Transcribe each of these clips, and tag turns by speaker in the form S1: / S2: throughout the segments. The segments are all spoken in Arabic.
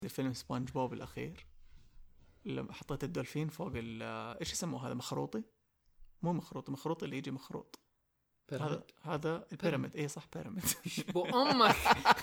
S1: فيلم سبونج بوب الأخير لما حطيت الدولفين فوق إيش يسموه هذا؟ مخروطي؟ مو مخروطي اللي يجي مخروط. هذا البيراميد. إيه صح بيراميد.
S2: بو أمك.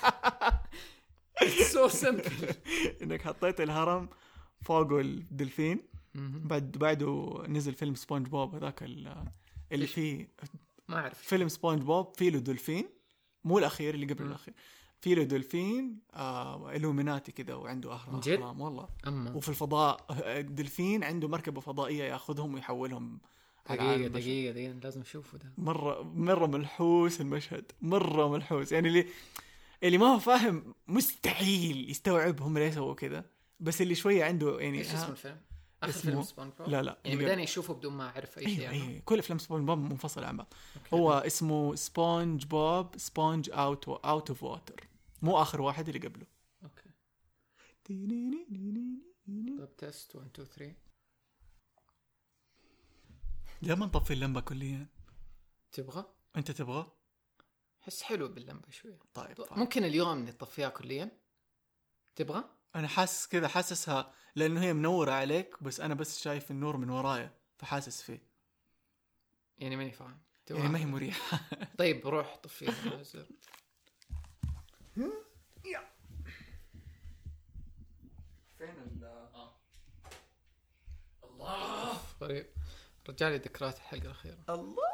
S2: so simple.
S1: إنك حطيت الهرم فوقه الدولفين. بعده نزل فيلم سبونج بوب هذاك اللي فيه
S2: ما أعرف.
S1: فيلم سبونج بوب فيه له دولفين، مو الأخير اللي قبل الأخير. في له دولفين إلوميناتي كذا وعنده أهرام والله. وفي الفضاء الدولفين عنده مركبة فضائية يأخذهم ويحولهم.
S2: دقيقة لازم أشوفه ده.
S1: مرة ملحوس المشهد، مرة ملحوس. يعني اللي ما هو فاهم مستحيل يستوعب هم ليه سووا كذا، بس اللي شوية عنده يعني.
S2: إيش اسم الفيلم؟ آخر فيلم سبونج بوب؟
S1: لا
S2: يعني بداني أشوفه بدون ما أعرف أي شيء.
S1: أيوة. كل أفلام سبونج بوب منفصلة عن بعض. هو اسمه سبونج بوب سبونج أوت أوف واتر، مو آخر واحد اللي قبله.
S2: أوكي. طب تست 1 2 3.
S1: لما نطفي اللمبة كليا.
S2: تبغى؟
S1: أنت تبغى؟
S2: حس حلو باللمبة شوية.
S1: طيب.
S2: ممكن اليوم نطفيها كليا. تبغى؟
S1: أنا حاسس كذا، حاسسها لأنه هي منورة عليك، بس أنا بس شايف النور من ورايا فحاسس فيه.
S2: يعني ماني فاهم.
S1: يعني ما هي مريحة.
S2: طيب روح طفيها.
S1: فين
S2: الله طيب رجالي ذكريات الحلقة الأخيرة.
S1: الله.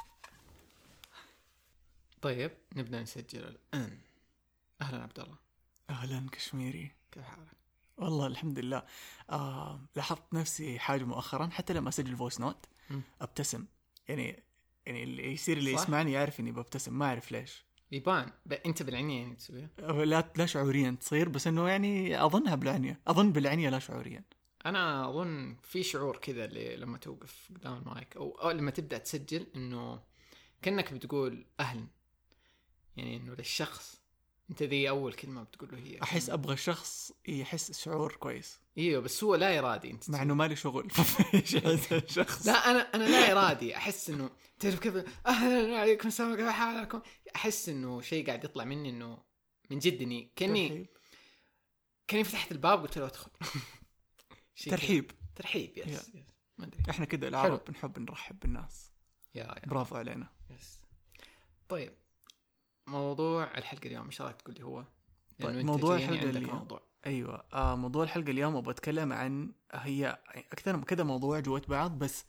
S2: طيب نبدأ نسجل الآن. أهلا عبد الله.
S1: أهلا كشميري،
S2: كيف حالك؟
S1: والله الحمد لله. لاحظت نفسي حاجة مؤخرا، حتى لما أسجل فويس نوت أبتسم. يعني اللي يصير اللي يسمعني يعرف إني ببتسم، ما أعرف ليش.
S2: يبان أنت بالعنية يعني تسويها؟
S1: لا شعوريا تصير، بس إنه يعني أظنها بالعنية، أظن بالعنية لا شعوريا.
S2: أنا أظن في شعور كذا اللي لما توقف قدام المايك أو لما تبدأ تسجل إنه كأنك بتقول أهلا، يعني إنه للشخص أنت ذي أول كلمة بتقوله هي.
S1: أحس أبغى الشخص يحس شعور كويس.
S2: إيوه بس هو لا إرادي أنت
S1: مع إنه مالي شغل. شخص.
S2: لا أنا لا إرادي أحس إنه تعرف كيف أهلا عليكم السلام كيف حالكم. أحس إنه شيء قاعد يطلع مني إنه من جد إني كأني فتحت الباب قلت له أدخل.
S1: ترحيب
S2: يس.
S1: ما أدري. إحنا كده العرب بنحب نرحب بالناس.
S2: يا
S1: برافو علينا.
S2: يس. طيب موضوع الحلقة اليوم إيش رأيك تقول لي هو؟
S1: طيب موضوع الحلقة اليوم. أيوة موضوع الحلقة اليوم وبتكلم عن هي أكثر كده موضوع جوات بعض، بس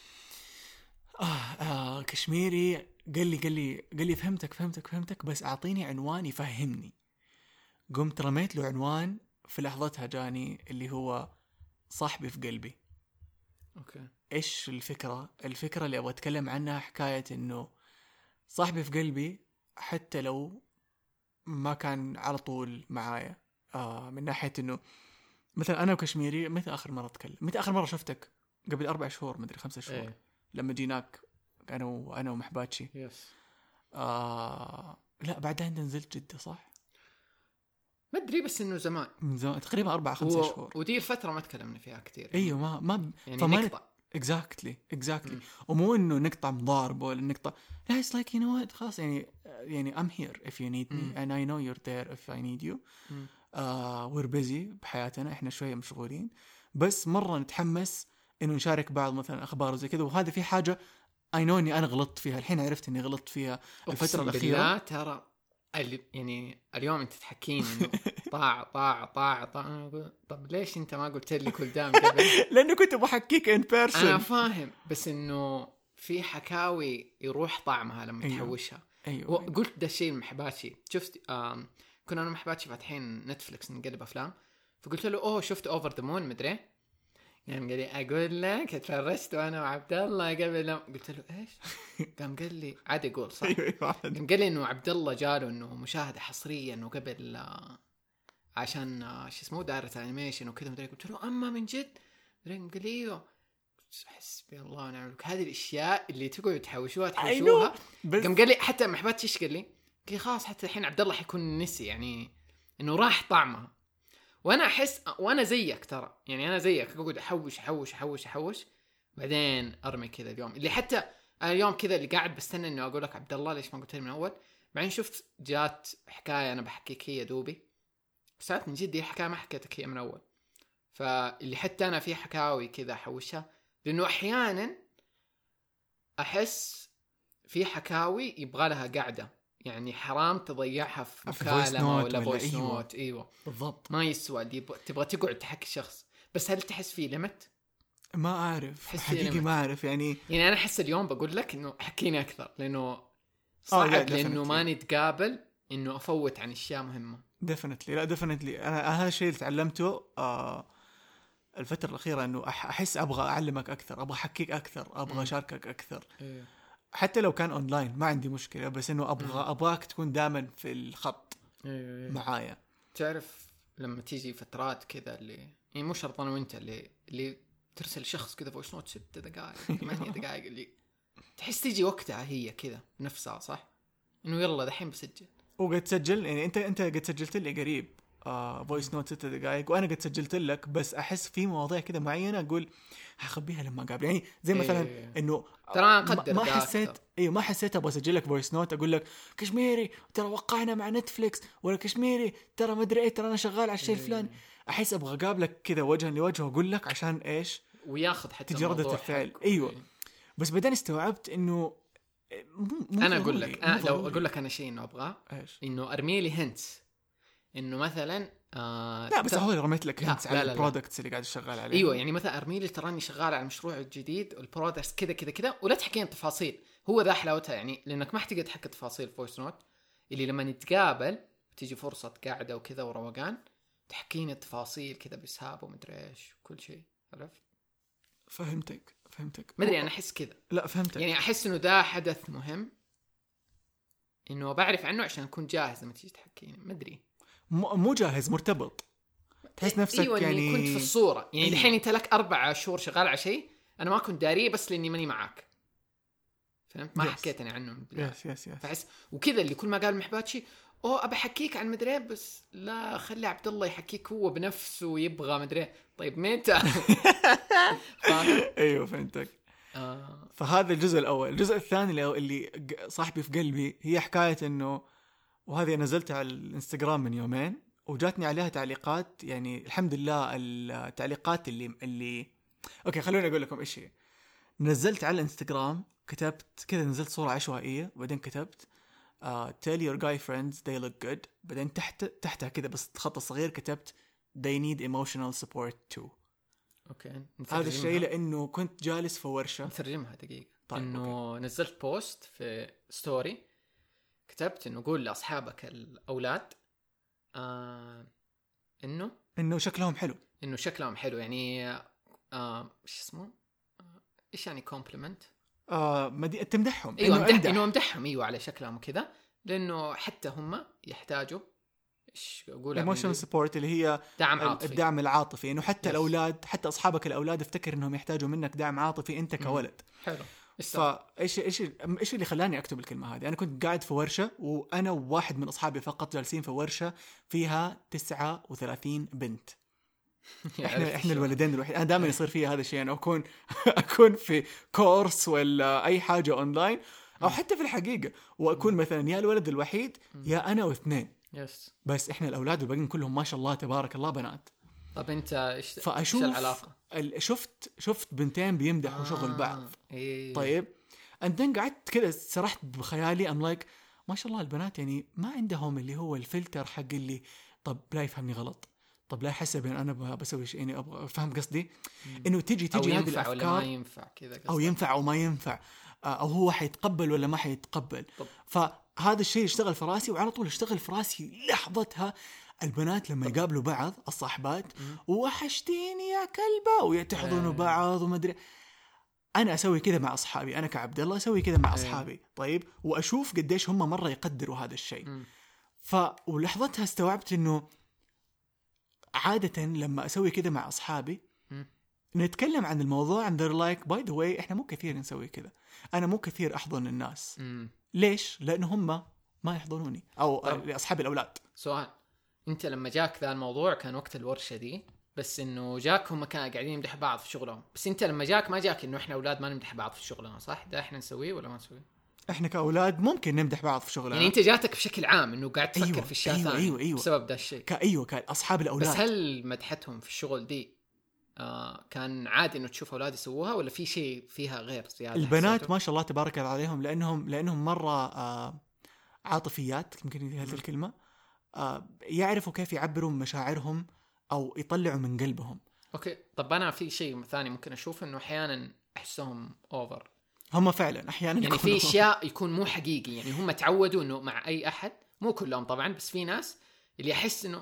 S1: كشميري قال لي فهمتك بس أعطيني عنوان يفهمني. قمت رميت له عنوان في لحظتها جاني اللي هو صاحبي في قلبي.
S2: أوكي. إيش
S1: الفكرة اللي أبغى أتكلم عنها حكاية إنه صاحبي في قلبي حتى لو ما كان على طول معايا. من ناحية إنه مثلا أنا وكشميري متى آخر مرة شفتك؟ قبل 4 شهور مدري 5 شهور.
S2: إيه.
S1: لما جيناك أنا ومحباتشي.
S2: يس.
S1: لا بعدها أنت نزلت جدة صح؟
S2: ما أدري بس إنه زمان
S1: تقريبا 4-5 شهور.
S2: ودي الفترة ما تكلمنا فيها كتير.
S1: أيوة ما
S2: يعني نقطع.
S1: exactly. ومو إنه نقطع مضارب ولا نقطع. لا it's like you know what خلاص يعني I'm here if you need me and I know you're there if I need you. we're busy بحياتنا، إحنا شوية مشغولين، بس مرة نتحمس إنه نشارك بعض مثلا أخبار وزي كذا. وهذا في حاجة I know إني أنا غلطت فيها، الحين عرفت إني غلطت فيها الفترة الأخيرة.
S2: لا ترى يعني اليوم أنت تحكين إنه طاع. طب ليش أنت ما قلت لي كل دام قبل؟
S1: لأنه كنت بحكيك in person.
S2: أنا فاهم بس إنه في حكاوي يروح طعمها لما تحوشها.
S1: أيوة.
S2: وقلت ده الشيء محباتي. شفت كنا أنا محباتي فاتحين نتفليكس نقلب أفلام، فقلت له شفت أوفر ذا مون مدري يعني. قال لي أقول لك اتفرجت أنا وعبد الله قبل. قلت له إيش؟ قام قال لي عادي يقول صح. قام قال لي إنه عبد الله جاله إنه مشاهدة حصرية إنه قبل عشان شو اسمه دائرة الأنيميشن وكذا مدري. قلت له أما من جد؟ قام قال لي حسبي الله ونعم الوكيل، هذه الأشياء اللي تقعد تحوشوها. قام قال لي حتى محباتي إيش قال لي خلاص حتى الحين عبد الله حيكون نسي يعني إنه راح طعمها. وانا احس وانا زيك ترى، يعني انا زيك اقعد احوش بعدين ارمي كذا. اليوم اللي حتى اليوم كذا اللي قاعد بستنى انه اقول لك عبد الله ليش ما قلت لي من اول. بعدين شفت جات حكايه انا بحكيك هي دوبي ساعات من جد دي حكاية ما حكيتك هي من أول. فاللي حتى أنا في حكاوي كذا أحوشها، لأنه أحيانا أحس في حكاوي يبغى لها قاعدة، يعني حرام تضيعها في مكالمة ولا فويس نوت. أيوة
S1: بالضبط،
S2: ما يسوى دي تبغى تقعد تحكي شخص. بس هل تحس فيه ليمت؟
S1: ما أعرف حقيقي، ما أعرف يعني
S2: أنا أحس اليوم بقول لك إنه حكيني أكثر، لأنه صعب لأنه ما نتقابل إنه أفوت عن أشياء مهمة.
S1: definitely أنا هذا الشيء اللي تعلمته الفترة الأخيرة، إنه أحس أبغى أعلمك أكثر، أبغى أحكيك أكثر، أبغى أشاركك أكثر. حتى لو كان أونلاين ما عندي مشكلة، بس إنه أبغاك تكون دائما في الخط معايا.
S2: تعرف لما تيجي فترات كذا اللي يعني مو شرط أنا وأنت اللي ترسل شخص كذا فويس نوت 6 دقائق 8 دقائق اللي تحس تيجي وقتها هي كذا نفسها صح إنه يلا دحين بسجل.
S1: وقد تسجل يعني أنت قد سجلت لي قريب فويس نوت 6 دقائق، وأنا قد سجلت لك، بس أحس في مواضيع كذا معينة أقول هخبيها لما قابل، يعني زي مثلا إنه
S2: ترى أقدر
S1: ما حسيت أبغى أسجل لك فويس نوت أقول لك كشميري ترى وقعنا مع نتفليكس، ولا كشميري ترى ما أدري إيه، ترى أنا شغال على الشيء الفلاني. أحس أبغى أقابلك كذا وجها لوجه وأقول لك عشان إيش
S2: وياخذ حتى
S1: تجي ردة الفعل. أيوة بس بعدين استوعبت إنه
S2: أنا أقول لك لو أقول لك أنا شيء إنه أبغى إنه أرمي لي هنتس إنه مثلا
S1: لا بس هو رميت لك هنتس على البرودكتس اللي قاعد شغال عليه.
S2: ايوه يعني مثلا ارمي لي تراني شغال على مشروع الجديد والبرودكتس كذا كذا كذا، ولا تحكين تفاصيل. هو ذا حلاوتها يعني، لانك ما حتقدر تحكي تفاصيل فويس نوت، اللي لما نتقابل تيجي فرصه قاعده وكذا وروقان تحكيني التفاصيل كذا بسهاب ومدري ايش كل شيء. عرفت؟
S1: فهمتك
S2: ما ادري انا احس كذا.
S1: لا فهمتك،
S2: يعني احس انه ده حدث مهم انه بعرف عنه عشان اكون جاهز لما تيجي تحكيني. ما ادري
S1: مو جاهز، مرتبط، تحس نفسك
S2: أيوة
S1: يعني
S2: كنت في الصورة. يعني الحين أنت لك 4 شهور شغال على شيء أنا ما كنت داريه بس لأني ماني معاك، فهمت؟ ما حكيت أنا عنه.
S1: يس
S2: فحس وكذا اللي كل ما قال محباتشي أبى أحكيك عن مدري بس لا خلي عبد الله يحكيك هو بنفسه ويبغى مدري. طيب متى؟
S1: أيوة فهمتك. فهذا الجزء الأول. الجزء الثاني اللي صاحبي في قلبي هي حكاية إنه، وهذه نزلتها على الانستغرام من يومين وجاتني عليها تعليقات. يعني الحمد لله التعليقات اللي اوكي خلوني اقول لكم ايش هي. نزلت على الانستغرام كتبت كذا، نزلت صورة عشوائية وبعدين كتبت tell your guy friends they look good، بعدين تحتها كذا بس خط صغير كتبت they need emotional support too.
S2: اوكي
S1: هذا الشيء لانه كنت جالس في ورشة.
S2: نترجمها دقيقة. طيب انه نزلت بوست في ستوري كتبت انه قول لاصحابك الاولاد انه شكلهم حلو يعني ايش اسمه ايش يعني كومبلمنت
S1: تمدحهم.
S2: ايوه انه امدحهم ايوه على شكلهم وكذا، لانه حتى هم يحتاجوا ايش اقول
S1: ايموشنال سبورت اللي هي الدعم العاطفي. انه حتى الاولاد، حتى اصحابك الاولاد افتكر انهم يحتاجوا منك دعم عاطفي انت كولد.
S2: حلو.
S1: فايش اللي خلاني اكتب الكلمه هذه؟ انا كنت قاعد في ورشه وانا وواحد من اصحابي فقط جالسين في ورشه فيها 39 بنت. احنا الولدين الوحيد. انا دائما يصير فيها هذا الشيء، انا اكون في كورس ولا اي حاجه اونلاين او حتى في الحقيقه، واكون مثلا يا الولد الوحيد يا انا واثنين بس احنا الاولاد الباقيين كلهم ما شاء الله تبارك الله بنات.
S2: طب انت ايش
S1: العلاقه؟ شفت بنتين بيمدحوا شغل بعض. طيب أنت قعدت كذا سرحت بخيالي I'm like ما شاء الله البنات يعني ما عندهم اللي هو الفلتر حق اللي طب لا يفهمني غلط، طب لا يحسب ان انا بسوي شيء يعني ابغى افهم قصدي انه تجي هذه الافكار
S2: ولا ما ينفع كذا
S1: او ينفع او ما ينفع او هو حيتقبل ولا ما حيتقبل. فهذا الشيء يشتغل في راسي، وعلى طول يشتغل في راسي لحظتها البنات لما يقابلوا بعض الصاحبات وحشتيني يا كلبة ويتحضنوا بعض وما ادري. انا اسوي كذا مع اصحابي، انا كعبد الله اسوي كذا مع اصحابي. طيب واشوف قديش هم مره يقدروا هذا الشيء. ولحظتها استوعبت انه عاده لما اسوي كذا مع اصحابي نتكلم عن الموضوع and they're like by the way احنا مو كثير نسوي كذا، انا مو كثير احضن الناس. ليش؟ لانه هم ما يحضنوني او اصحاب الاولاد.
S2: سؤال، انت لما جاك ذا الموضوع كان وقت الورشه دي بس انه جاك هم كانوا قاعدين يمدحوا بعض في شغلهم، بس انت لما جاك ما جاك انه احنا اولاد ما نمدح بعض في شغلنا صح؟ ده احنا نسويه ولا ما نسويه؟
S1: احنا كاولاد ممكن نمدح بعض في شغلنا.
S2: يعني انت جاتك بشكل عام انه قاعد تفكر
S1: أيوة.
S2: في اشياء
S1: أيوة.
S2: ثانيه
S1: أيوة.
S2: بسبب ده الشيء.
S1: كاصحاب الاولاد.
S2: بس هل مدحتهم في الشغل دي كان عادي انه تشوف اولاد يسووها ولا في شيء فيها غير زياده؟
S1: البنات
S2: حسيته؟
S1: ما شاء الله تبارك الله عليهم لانهم مره عاطفيات، يمكن هذه الكلمه. يعرفوا كيف يعبروا من مشاعرهم او يطلعوا من قلبهم.
S2: اوكي. طب انا في شيء ثاني ممكن اشوف انه احيانا احسهم اوفر.
S1: هم فعلا احيانا
S2: يعني في اشياء يكون مو حقيقي. يعني هم تعودوا انه مع اي احد، مو كلهم طبعا، بس في ناس اللي احس انه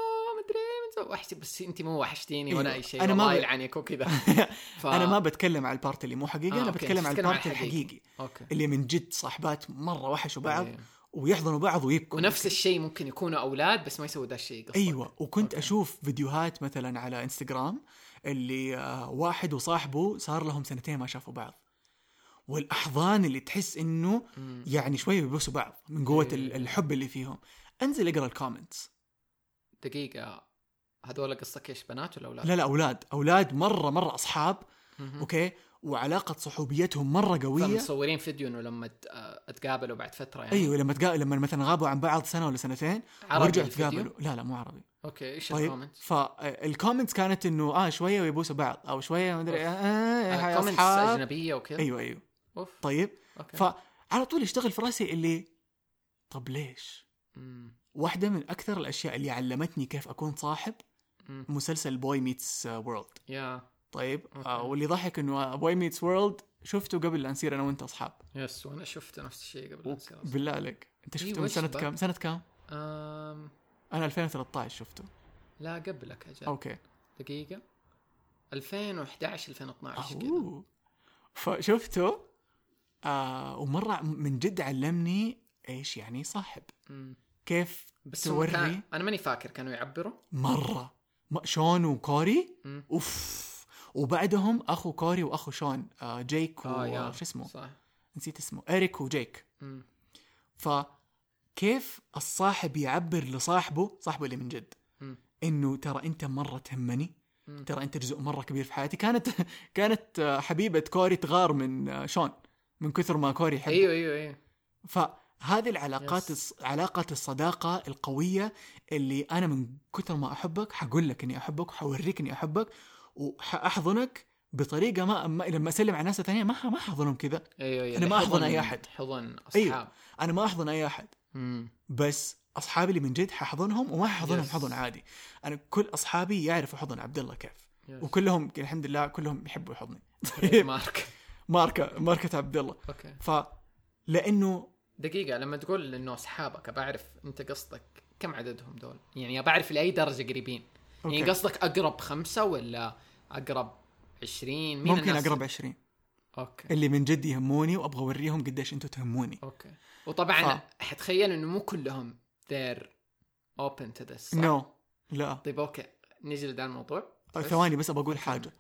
S2: وحشتي، بس انت مو وحشتيني ولا اي شيء، الله يلعنك وكذا.
S1: انا ما بتكلم على البارت اللي مو حقيقي، انا بتكلم على البارت الحقيقي.
S2: أوكي.
S1: اللي من جد صاحبات مره وحشوا بعض ويحضنوا بعض ويبكوا.
S2: ونفس الشيء ممكن يكونوا اولاد بس ما يسووا ذا الشيء.
S1: ايوه. وكنت اشوف فيديوهات مثلا على انستغرام اللي واحد وصاحبه صار لهم 2 ما شافوا بعض، والاحضان اللي تحس انه يعني شويه بيبوسوا بعض من قوه الحب اللي فيهم. انزل اقرا الكومنتس.
S2: دقيقه، هذول قصتك ايش، بنات ولا اولاد؟
S1: لا اولاد مره اصحاب. اوكي. وعلاقه صحوبيتهم مره قويه.
S2: مصورين فيديو انه لما اتقابلوا بعد فتره يعني.
S1: ايوه لما مثلا غابوا عن بعض سنه ولا سنتين ورجعوا يتقابلوا. لا مو عربي.
S2: اوكي. ايش
S1: طيب.
S2: الكومنتس؟
S1: فالكومنتس كانت انه شويه ويبوسوا بعض او شويه ما ادري
S2: كومنتس اجنبيه وكذا.
S1: ايوه
S2: أوف.
S1: طيب.
S2: أوكي.
S1: فعلى طول يشتغل في راسي اللي طب ليش. واحده من اكثر الاشياء اللي علمتني كيف اكون صاحب مسلسل بوي ميتس وورلد. طيب. واللي ضحك انه بوي ميتس وورلد شفته قبل لا نصير انا وانت اصحاب.
S2: يس. وانا شفت نفس الشيء قبل لا نصير اصحاب.
S1: بالله عليك انت شفته من سنه كم؟ سنه كم؟ انا 2013 شفته.
S2: لا قبلك اجل.
S1: اوكي.
S2: دقيقه 2011 2012 كذا.
S1: فشفته ومره من جد علمني ايش يعني صاحب. كيف
S2: بس
S1: توري.
S2: انا ماني فاكر كانوا يعبروا
S1: مره شون وكوري. اوف. وبعدهم اخو كوري واخو شون جيك وش اسمه
S2: صح.
S1: نسيت اسمه. إريك وجيك. فكيف الصاحب يعبر لصاحبه اللي من جد انه ترى انت مره تهمني، ترى انت جزء مره كبير في حياتي. كانت حبيبه كوري تغار من شون من كثر ما كوري يحبه.
S2: ايوه.
S1: فهذه العلاقات علاقة الصداقة القوية اللي أنا من كثر ما أحبك حقول لك إني أحبك وحوريك إني أحبك وحأحضنك بطريقة ما لما أسلم على ناس ثانية ما حأحضنهم كذا.
S2: أيوة.
S1: أنا ما أحضن أي أحد.
S2: حضن أصحاب.
S1: أيوة. أنا ما أحضن أي أحد. بس أصحابي اللي من جد ححضنهم وما ححضنهم حضن عادي. أنا كل أصحابي يعرفوا حضن عبد الله كيف. وكلهم الحمد لله كلهم يحبوا يحضني. ماركة عبد الله. لأنه
S2: دقيقة لما تقول إنه أصحابك بعرف أنت قصدك كم عددهم دول، يعني بعرف لأي درجة قريبين. يعني قصدك أقرب 5 ولا أقرب 20؟
S1: ممكن أقرب 20.
S2: أوكي.
S1: اللي من جد يهموني وأبغى أوريهم قديش أنتوا تهموني.
S2: أوكي. وطبعا حتخيل إنه مو كلهم they're open to this.
S1: No. لا.
S2: طيب أوكي نيجي لده الموضوع.
S1: ثواني بس أبغى أقول حاجة.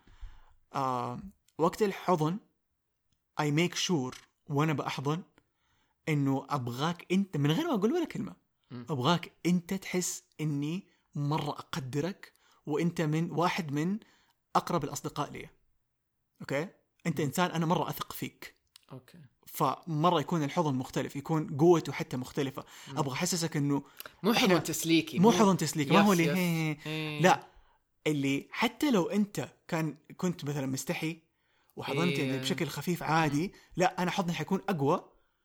S1: وقت الحضن I make sure وأنا بأحضن إنه أبغاك أنت من غير ما أقول ولا كلمة أبغاك أنت تحس إني مرة أقدرك وأنت من واحد من أقرب الأصدقاء لي. أوكي. أنت إنسان أنا مرة أثق فيك.
S2: أوكي.
S1: فمرة يكون الحضن مختلف، يكون قوته حتى مختلفة. أبغى أحسسك إنه
S2: مو حضن تسليكي،
S1: مو حضن تسليكي، ما هو اللي لا اللي حتى لو أنت كنت مثلا مستحي وحضنتني بشكل خفيف عادي، لا أنا حضني حيكون أقوى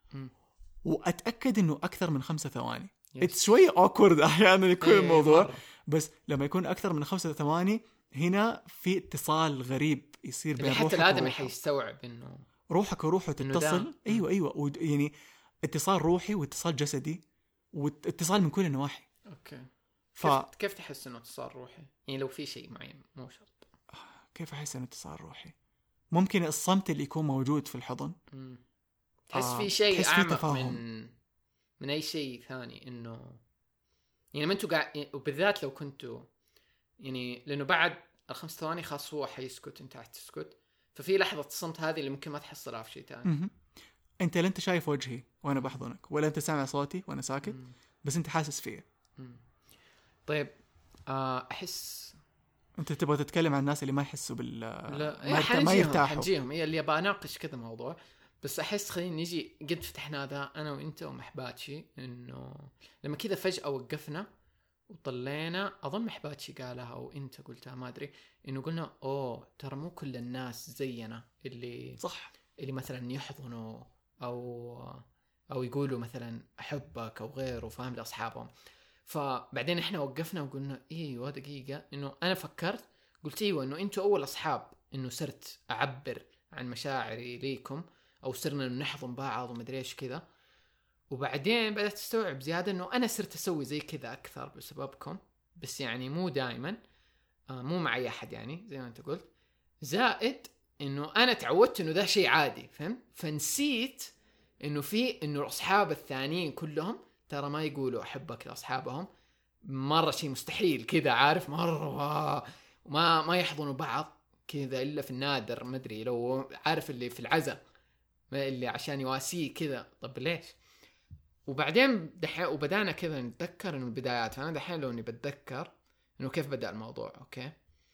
S1: وأتأكد إنه أكثر من 5 ثواني. It's شوية awkward أحيانا يكون الموضوع، بس لما يكون أكثر من 5 ثواني هنا في اتصال غريب يصير بين روحك
S2: حتى الآدم حيستوعب إنه
S1: روحك وروحه تتصل. أيوة اتصال روحي واتصال جسدي واتصال من كل النواحي.
S2: أوكي. كيف تحس إنه اتصال روحي؟ يعني لو في شيء معين مو شرط.
S1: كيف أحس إنه اتصال روحي؟ ممكن الصمت اللي يكون موجود في الحضن.
S2: تحس في شيء أعمق من أي شيء ثاني. إنه يعني ما أنتوا قاعد، وبالذات لو كنتوا يعني، لأنه بعد 5 ثواني خاص هو حيسكت أنت حتسكت، ففي لحظة الصمت هذه اللي ممكن ما تحصلها في شيء ثاني.
S1: أنت لا أنت شايف وجهي وأنا بحضنك، ولا أنت سامع صوتي وأنا ساكت، بس أنت حاسس فيه.
S2: طيب أحس
S1: أنت تبغى تتكلم عن الناس اللي ما يحسوا
S2: لا ما يرتاحوا. حنجيهم هي اللي أبغى أناقش كذا موضوع. بس احس خلينا نجي قد فتحنا هذا انا وانت ومحباتشي انه لما كذا فجأة وقفنا وطلينا، اظن محباتشي قالها او انت قلتها ما ادري، انه قلنا اوه ترى مو كل الناس زينا اللي
S1: صح،
S2: اللي مثلا يحضنوا او يقولوا مثلا احبك او غيره، فاهم، لاصحابهم. فبعدين احنا وقفنا وقلنا ايوه دقيقة، انه انا فكرت قلت ايوه انه انتوا اول اصحاب انه صرت اعبر عن مشاعري ليكم، او صرنا نحضن بعض ومدري ايش كذا. وبعدين بدأت استوعب زيادة انه انا صرت اسوي زي كذا اكثر بسببكم، بس يعني مو دائما، مو مع اي احد يعني زي ما انت قلت. زائد انه انا تعودت انه ده شيء عادي، فهم، فنسيت انه انه الاصحاب الثانيين كلهم ترى ما يقولوا احبك لاصحابهم، مرة شيء مستحيل كذا، عارف، مرة ما يحضنوا بعض كذا الا في النادر، ما ادري لو عارف اللي في العزاء اللي عشان يواسيه كذا. طب ليش؟ وبعدين وبدانا كذا نتذكر انه البدايات. فانا دحين لو اني بتذكر انه كيف بدأ الموضوع، اوكي،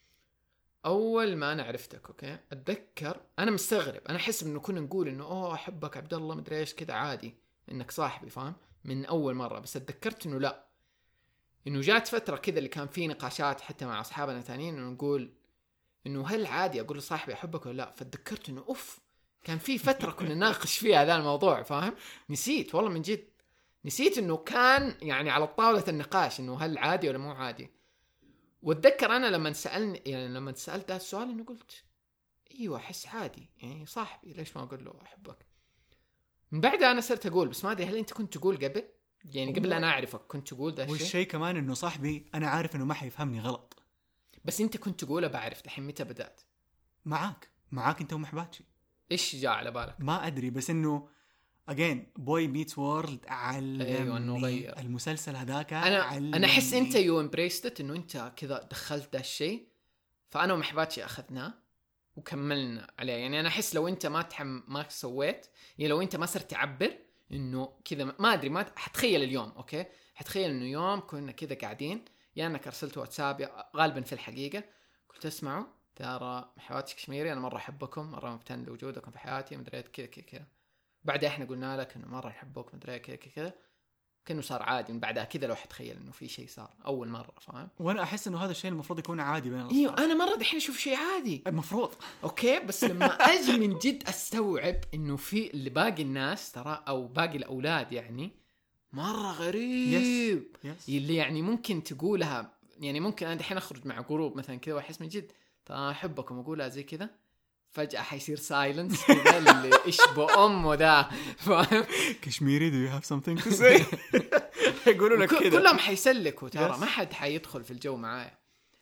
S2: اول ما انا عرفتك، اوكي، اتذكر انا مستغرب، انا احس انه كنا نقول انه اوه احبك عبد الله مدري ايش كذا عادي انك صاحبي، فاهم، من اول مرة. بس اتذكرت انه لا، انه جات فترة كذا اللي كان فيه نقاشات حتى مع اصحابنا الثانيين انه نقول انه هل عادي اقول لصاحبي احبك ولا لا. فتذكرت انه اوف كان في فترة كنا نناقش فيها هذا الموضوع، فاهم. نسيت والله من جد، نسيت انه كان يعني على طاولة النقاش انه هل عادي ولا مو عادي. واتذكر انا لما سألني، يعني لما سألت هذا السؤال انه قلت ايوه احس عادي، يعني صاحبي ليش ما اقول له احبك. من بعدها انا صرت اقول، بس ما ادري هل انت كنت تقول قبل، يعني قبل انا اعرفك كنت تقول ده الشيء.
S1: والشيء كمان انه صاحبي انا عارف انه ما حيفهمني غلط،
S2: بس انت كنت تقوله، بعرف دحين متى بدأت
S1: معاك انت ومحباتشي.
S2: ايش جاء على بالك؟
S1: ما ادري، بس انه again boy meets world علمني.
S2: أيوة إنه غير.
S1: المسلسل هذاك
S2: انا احس انت يو امبريستت انه انت كذا دخلت ده الشيء، فانا ومحباتشي اخذناه وكملنا عليه. يعني انا احس لو انت ما سويت، يعني لو انت ما صرت تعبر انه كذا، ما ادري، ما حتخيل اليوم، اوكي، حتخيل انه يوم كنا كذا قاعدين، يا انك ارسلت واتساب غالبا في الحقيقه قلت اسمعوا ترى محباتي كشميري انا مره احبكم، مره ممتن لوجودكم في حياتي، مدري كذا كذا كذا. بعدها احنا قلنا لك انه مره نحبك، مدري كذا كذا، كأنه صار عادي من بعدها كذا. لو حتخيل انه في شيء صار اول مره، فاهم.
S1: وانا احس انه هذا الشيء المفروض يكون عادي بين
S2: ايوه
S1: الاصحاب.
S2: انا مره دحين اشوف شيء عادي
S1: المفروض،
S2: اوكي، بس لما اجي من جد استوعب انه في اللي باقي الناس ترى، او باقي الاولاد يعني مره غريب.
S1: يس.
S2: اللي يعني ممكن تقولها، يعني ممكن انا دحين اخرج مع جروب مثلا كذا واحس من جد ترى احبكم واقولها زي كذا، فجأة حيصير سايلنس كذا اللي إيش بأمه ده، فاهم.
S1: كشميري do you have something to say؟ يقولوا لك كذا،
S2: كلهم حيسلكوا ترى، ما حد حيدخل في الجو معايا.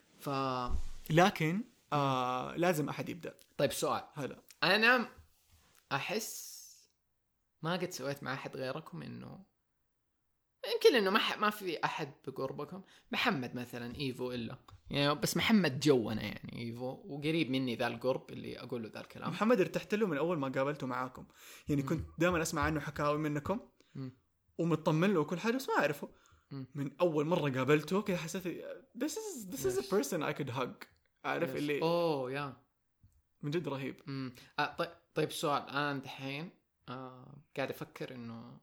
S1: لكن لازم أحد يبدأ.
S2: طيب سؤال،
S1: هلا
S2: أنا أحس ما قد سويت مع أحد غيركم، إنه يمكن إنه ما في أحد بقربكم. محمد مثلا إيفو إلا يعني، بس محمد جونا يعني إيفو، وقريب مني ذا القرب اللي أقول له ذا الكلام.
S1: محمد ارتحت له من أول ما قابلته معاكم، يعني كنت دائما أسمع عنه حكاوي منكم ومطمن له وكل حاجة، بس ما أعرفه. من أول مرة قابلته كده حسيت this is a person I could hug، عارف اللي
S2: يا
S1: من جد رهيب.
S2: طيب سؤال، أنا دحين قاعد أفكر إنه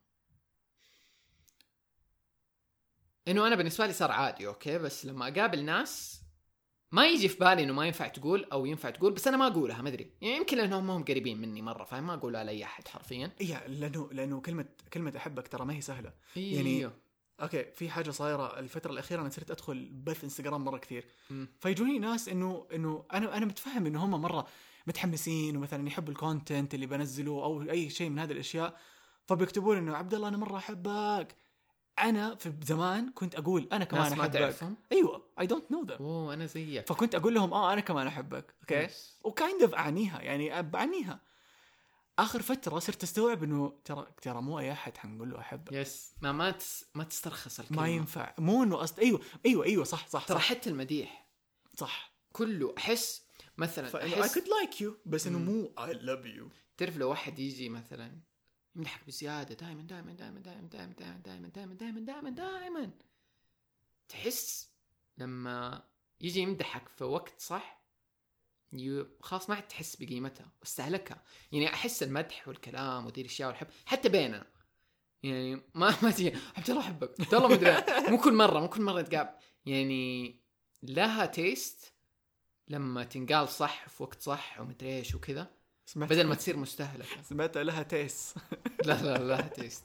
S2: أنا بالنسبة لي صار عادي، أوكي، بس لما أقابل ناس ما يجي في بالي إنه ما ينفع تقول أو ينفع تقول، بس أنا ما أقولها، ما أدري، يعني يمكن لأنهم هم قريبين مني مرة، فاهم، ما أقولها لأي أحد حرفيا.
S1: إيه، لأنه كلمة أحبك ترى ما هي سهلة. يعني اوكي، في حاجه صايره الفتره الاخيره، انا صرت ادخل بث انستغرام مره كثير، فيجوني ناس انه انا متفهم انه هم مره متحمسين ومثلا يحبوا الكونتنت اللي بنزله او اي شيء من هذه الاشياء، فبيكتبوا لي انه عبد الله انا مره احبك. انا في زمان كنت اقول انا كمان احبك. ايوه I don't know them.
S2: انا زيك،
S1: فكنت اقول لهم انا كمان احبك، اوكي، وكايند اوف اعنيها، يعني بعنيها. اخر فتره صرت استوعب انه ترى مو اي احد حنقول له احبك.
S2: يس، ما تسترخص الكلمه،
S1: ما ينفع، مو انه ايوه صح
S2: ترى حتى المديح
S1: صح
S2: كله احس مثلا
S1: I could like you، بس انه مو I love you.
S2: تعرف لو واحد يجي مثلا يمدحك بزياده دائما دائما دائما دائما دائما دائما دائما دائما دائما دائما، تحس لما يجي يمدحك في وقت صح خلاص ما عاد تحس بقيمتها واستهلكها. يعني احس المدح والكلام ودي الاشياء والحب حتى بيننا يعني ما تجي عبد الله احبك عبد الله مدري مو كل مره نتقابل يعني لها تيست لما تنقال صح في وقت صح ومدري ايش وكذا بدل ما تصير مستهلكه.
S1: سمعت لها تيست.
S2: لا لها تيست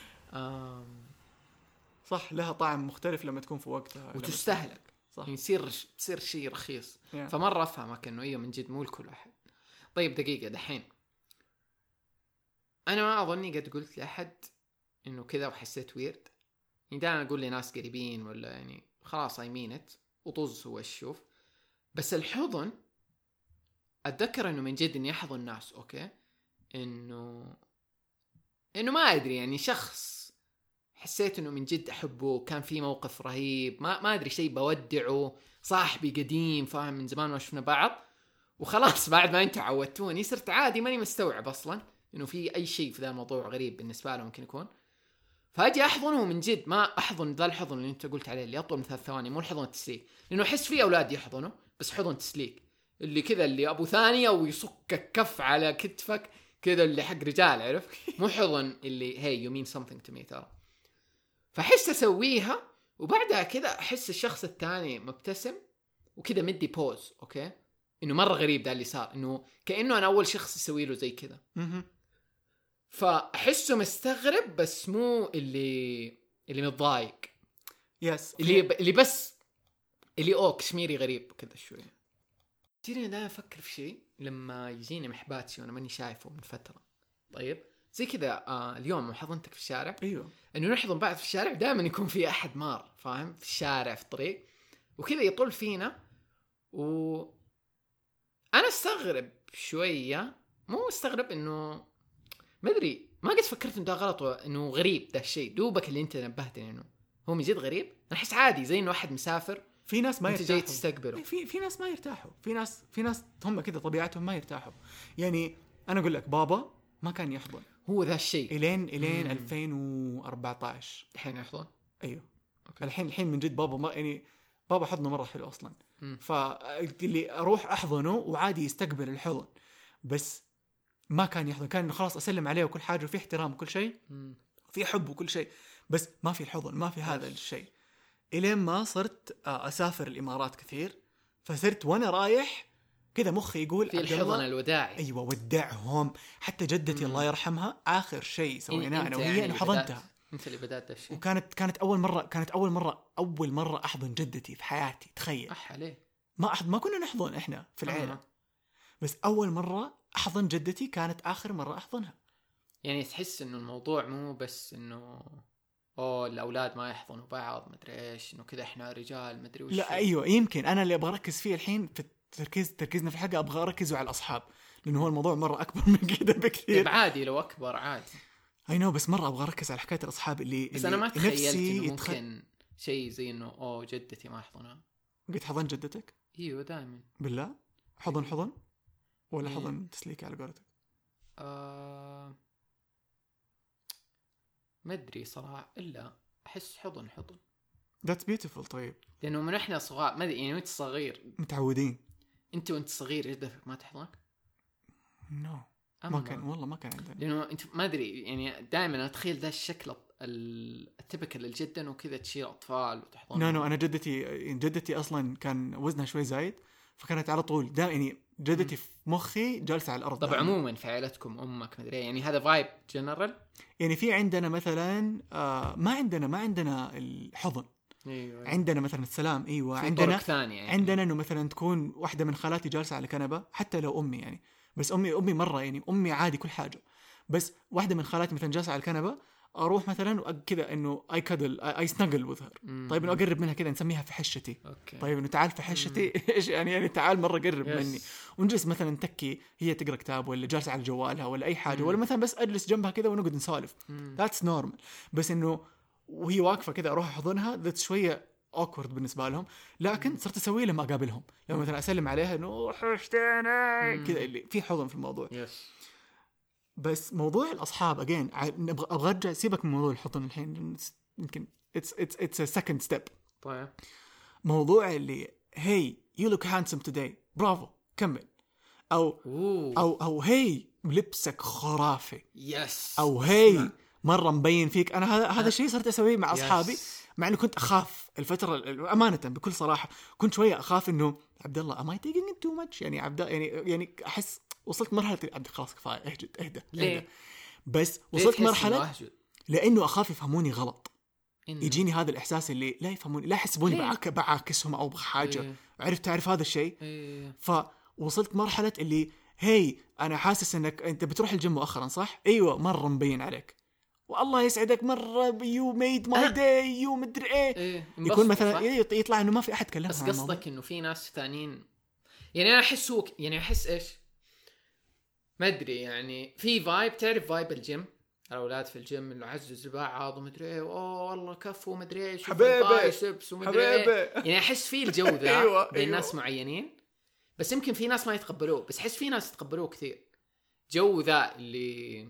S1: صح لها طعم مختلف لما تكون في وقتها
S2: وتستهلك
S1: صح
S2: يعني تصير شيء رخيص فمره افهمك انه ايوه من جد مو لكل احد. طيب دقيقه دحين انا ما اظني قد قلت لاحد انه كذا وحسيت ويرد يعني دائما اقول لناس قريبين ولا يعني خلاص I mean it وطز هو الشوف. بس الحضن اتذكر انه من جد اني احضن الناس اوكي انه ما ادري يعني شخص حسيت انه من جد احبه كان في موقف رهيب ما ادري شيء بودعه صاحبي قديم فاهم من زمان ما شفنا بعض وخلاص بعد ما انتوا عودتوني صرت عادي ماني مستوعب اصلا انه في اي شيء في ذا الموضوع غريب بالنسبه له ممكن يكون. فاجي احضنه من جد ما احضن ذا الحضن اللي انت قلت عليه اللي اطول من 3 ثواني مو الحضن التسليك لانه احس في اولاد يحضنوا بس حضن تسليك اللي كذا اللي ابو ثانيه ويصكك كف على كتفك كذا اللي حق رجال عرف مو حضن اللي hey you mean something to me ترى. فحس اسويها وبعدها كذا احس الشخص الثاني مبتسم وكذا مدي بوز اوكي انه مره غريب ده اللي صار انه كانه انا اول شخص يسوي له زي كذا فاحسه مستغرب بس مو اللي متضايق
S1: يس
S2: اللي بس اللي كشميري غريب كذا شوي. ترى انا افكر في شيء لما يجيني محباتي وانا ماني شايفه من فتره طيب زي كذا اليوم حضنتك في الشارع
S1: ايوه
S2: انه نحضن بعض في الشارع دائما يكون في احد مار فاهم في الشارع في الطريق وكذا يطول فينا انا استغرب شويه مو استغرب انه ما ادري ما قد فكرت انه ده غلط انه غريب ده الشيء دوبك اللي انت نبهتني انه هو من جد غريب. انا احس عادي زي انه واحد مسافر
S1: في ناس ما
S2: يرتاحوا جاي تستقبله
S1: في ناس ما يرتاحوا في ناس هم كذا طبيعتهم ما يرتاحوا. يعني انا اقول لك بابا ما كان يحضن
S2: هو ذا الشيء
S1: الين 2014
S2: الحين يحضن
S1: ايوه أوكي. الحين من جد بابا ما يعني بابا حضنه مره حلو اصلا فاللي اروح احضنه وعادي يستقبل الحضن بس ما كان يحضن كان خلاص اسلم عليه وكل حاجه وفي احترام وكل شيء في حب وكل شيء بس ما في الحضن ما في هذا الشيء. الين ما صرت اسافر الامارات كثير فصرت وانا رايح كذا مخي يقول
S2: في الحضن الوداعي
S1: ايوه ودعهم. حتى جدتي الله يرحمها اخر شيء سويناه انا وهي انه حضنتها
S2: انت اللي بدات الشيء
S1: وكانت اول مره احضن جدتي في حياتي. تخيل
S2: عليه
S1: ما كنا نحضن احنا في العيله بس اول مره احضن جدتي كانت اخر مره احضنها.
S2: يعني تحس انه الموضوع مو بس انه الاولاد ما يحضنوا بعض مدري ايش انه كذا احنا رجال مدري وش
S1: لا ايوه يمكن انا اللي ابغى اركز فيه الحين في تركيزنا في الحلقه ابغى اركزوا على الاصحاب لانه هو الموضوع مره اكبر من كذا بكثير.
S2: عادي لو اكبر عادي
S1: بس مره ابغى اركز على حكايه الاصحاب اللي
S2: بس انا ما تخيلت انه ممكن شيء زي انه جدتي ما احضنها.
S1: قلت حضن جدتك؟
S2: ايوه دائما
S1: بالله حضن ولا حضن تسليك على قولتك؟
S2: ما ادري صراحه الا احس حضن
S1: That's beautiful. طيب
S2: لانه من احنا صغار ما ادري يعني وانت صغير
S1: متعودين
S2: انت وانت صغير جدتك ما تحضنك؟
S1: ما كان والله ما كان عندنا
S2: لانه انت ما ادري يعني دائما اتخيل ذا الشكل التبكل للجدة وكذا تشيل اطفال وتحضن.
S1: انا جدتي اصلا كان وزنها شوي زايد فكانت على طول يعني جدتي في مخي جالسه على الارض.
S2: طب عموما في عائلتكم امك ما ادري يعني هذا فايب جنرال
S1: يعني في عندنا مثلا ما عندنا الحضن.
S2: أيوة.
S1: عندنا مثلا السلام ايوه عندنا انه مثلا تكون واحده من خالاتي جالسه على كنبه حتى لو امي يعني بس امي مره يعني امي عادي كل حاجه بس واحده من خالاتي مثلا جالسه على الكنبه اروح مثلا كذا انه اي سنجل وذ هير. طيب انه اقرب منها كذا نسميها في حشتي. طيب انه تعال في حشتي ايش يعني تعال مره قرب مني ونجلس مثلا نتكي هي تقرا كتاب ولا جالسه على جوالها ولا اي حاجه ولا مثلا بس اجلس جنبها كذا ونقعد نسولف. ذاتس نورمال. بس انه وهي واقفه كذا اروح احضنها ذات شويه اوكورد بالنسبه لهم لكن صرت اسوي لما اقابلهم لما مثلا اسلم عليها انه حشتيني كذا اللي في حضن في الموضوع. بس موضوع الاصحاب اجين ابغى ارجع سيبك من موضوع الحضن الحين يمكن it's a second step.
S2: طيب
S1: موضوع اللي hey you look handsome today برافو كمل او هي لبسك خرافي،
S2: يس،
S1: او هي مره مبين فيك. انا هذا الشيء صرت اسويه مع اصحابي، مع انه كنت اخاف الفتره امانه بكل صراحه، كنت شويه اخاف انه عبد الله am I taking it too much، يعني عبد يعني احس وصلت مرحله عبد خلاص كفايه اهدى. بس وصلت مرحله لانه اخاف يفهموني غلط، يجيني هذا الاحساس اللي لا يفهموني، لا يحسبوني بعاكسهم او بحاجه. تعرف هذا الشيء. فوصلت مرحله اللي هي انا حاسس انك انت بتروح الجيم مؤخرا صح؟ ايوه مره مبين عليك، والله يسعدك مره، يو ميد ماي داي، يو مدري ايه يكون مثلا يطلع انه ما في احد كلمه.
S2: بس قصدك انه في ناس ثانيين، يعني انا احس ايش ما ادري، يعني في فايب، تعرف فايب الجيم، الاولاد في الجيم اللي عزز بعض ومدري ايه، اوه والله كفو مدري ايش، بايسبس ومدري ايه، يعني احس في الجو ذا بين ناس معينين، بس يمكن في ناس ما يتقبلوه، بس احس في ناس يتقبلوه كثير جو ذا اللي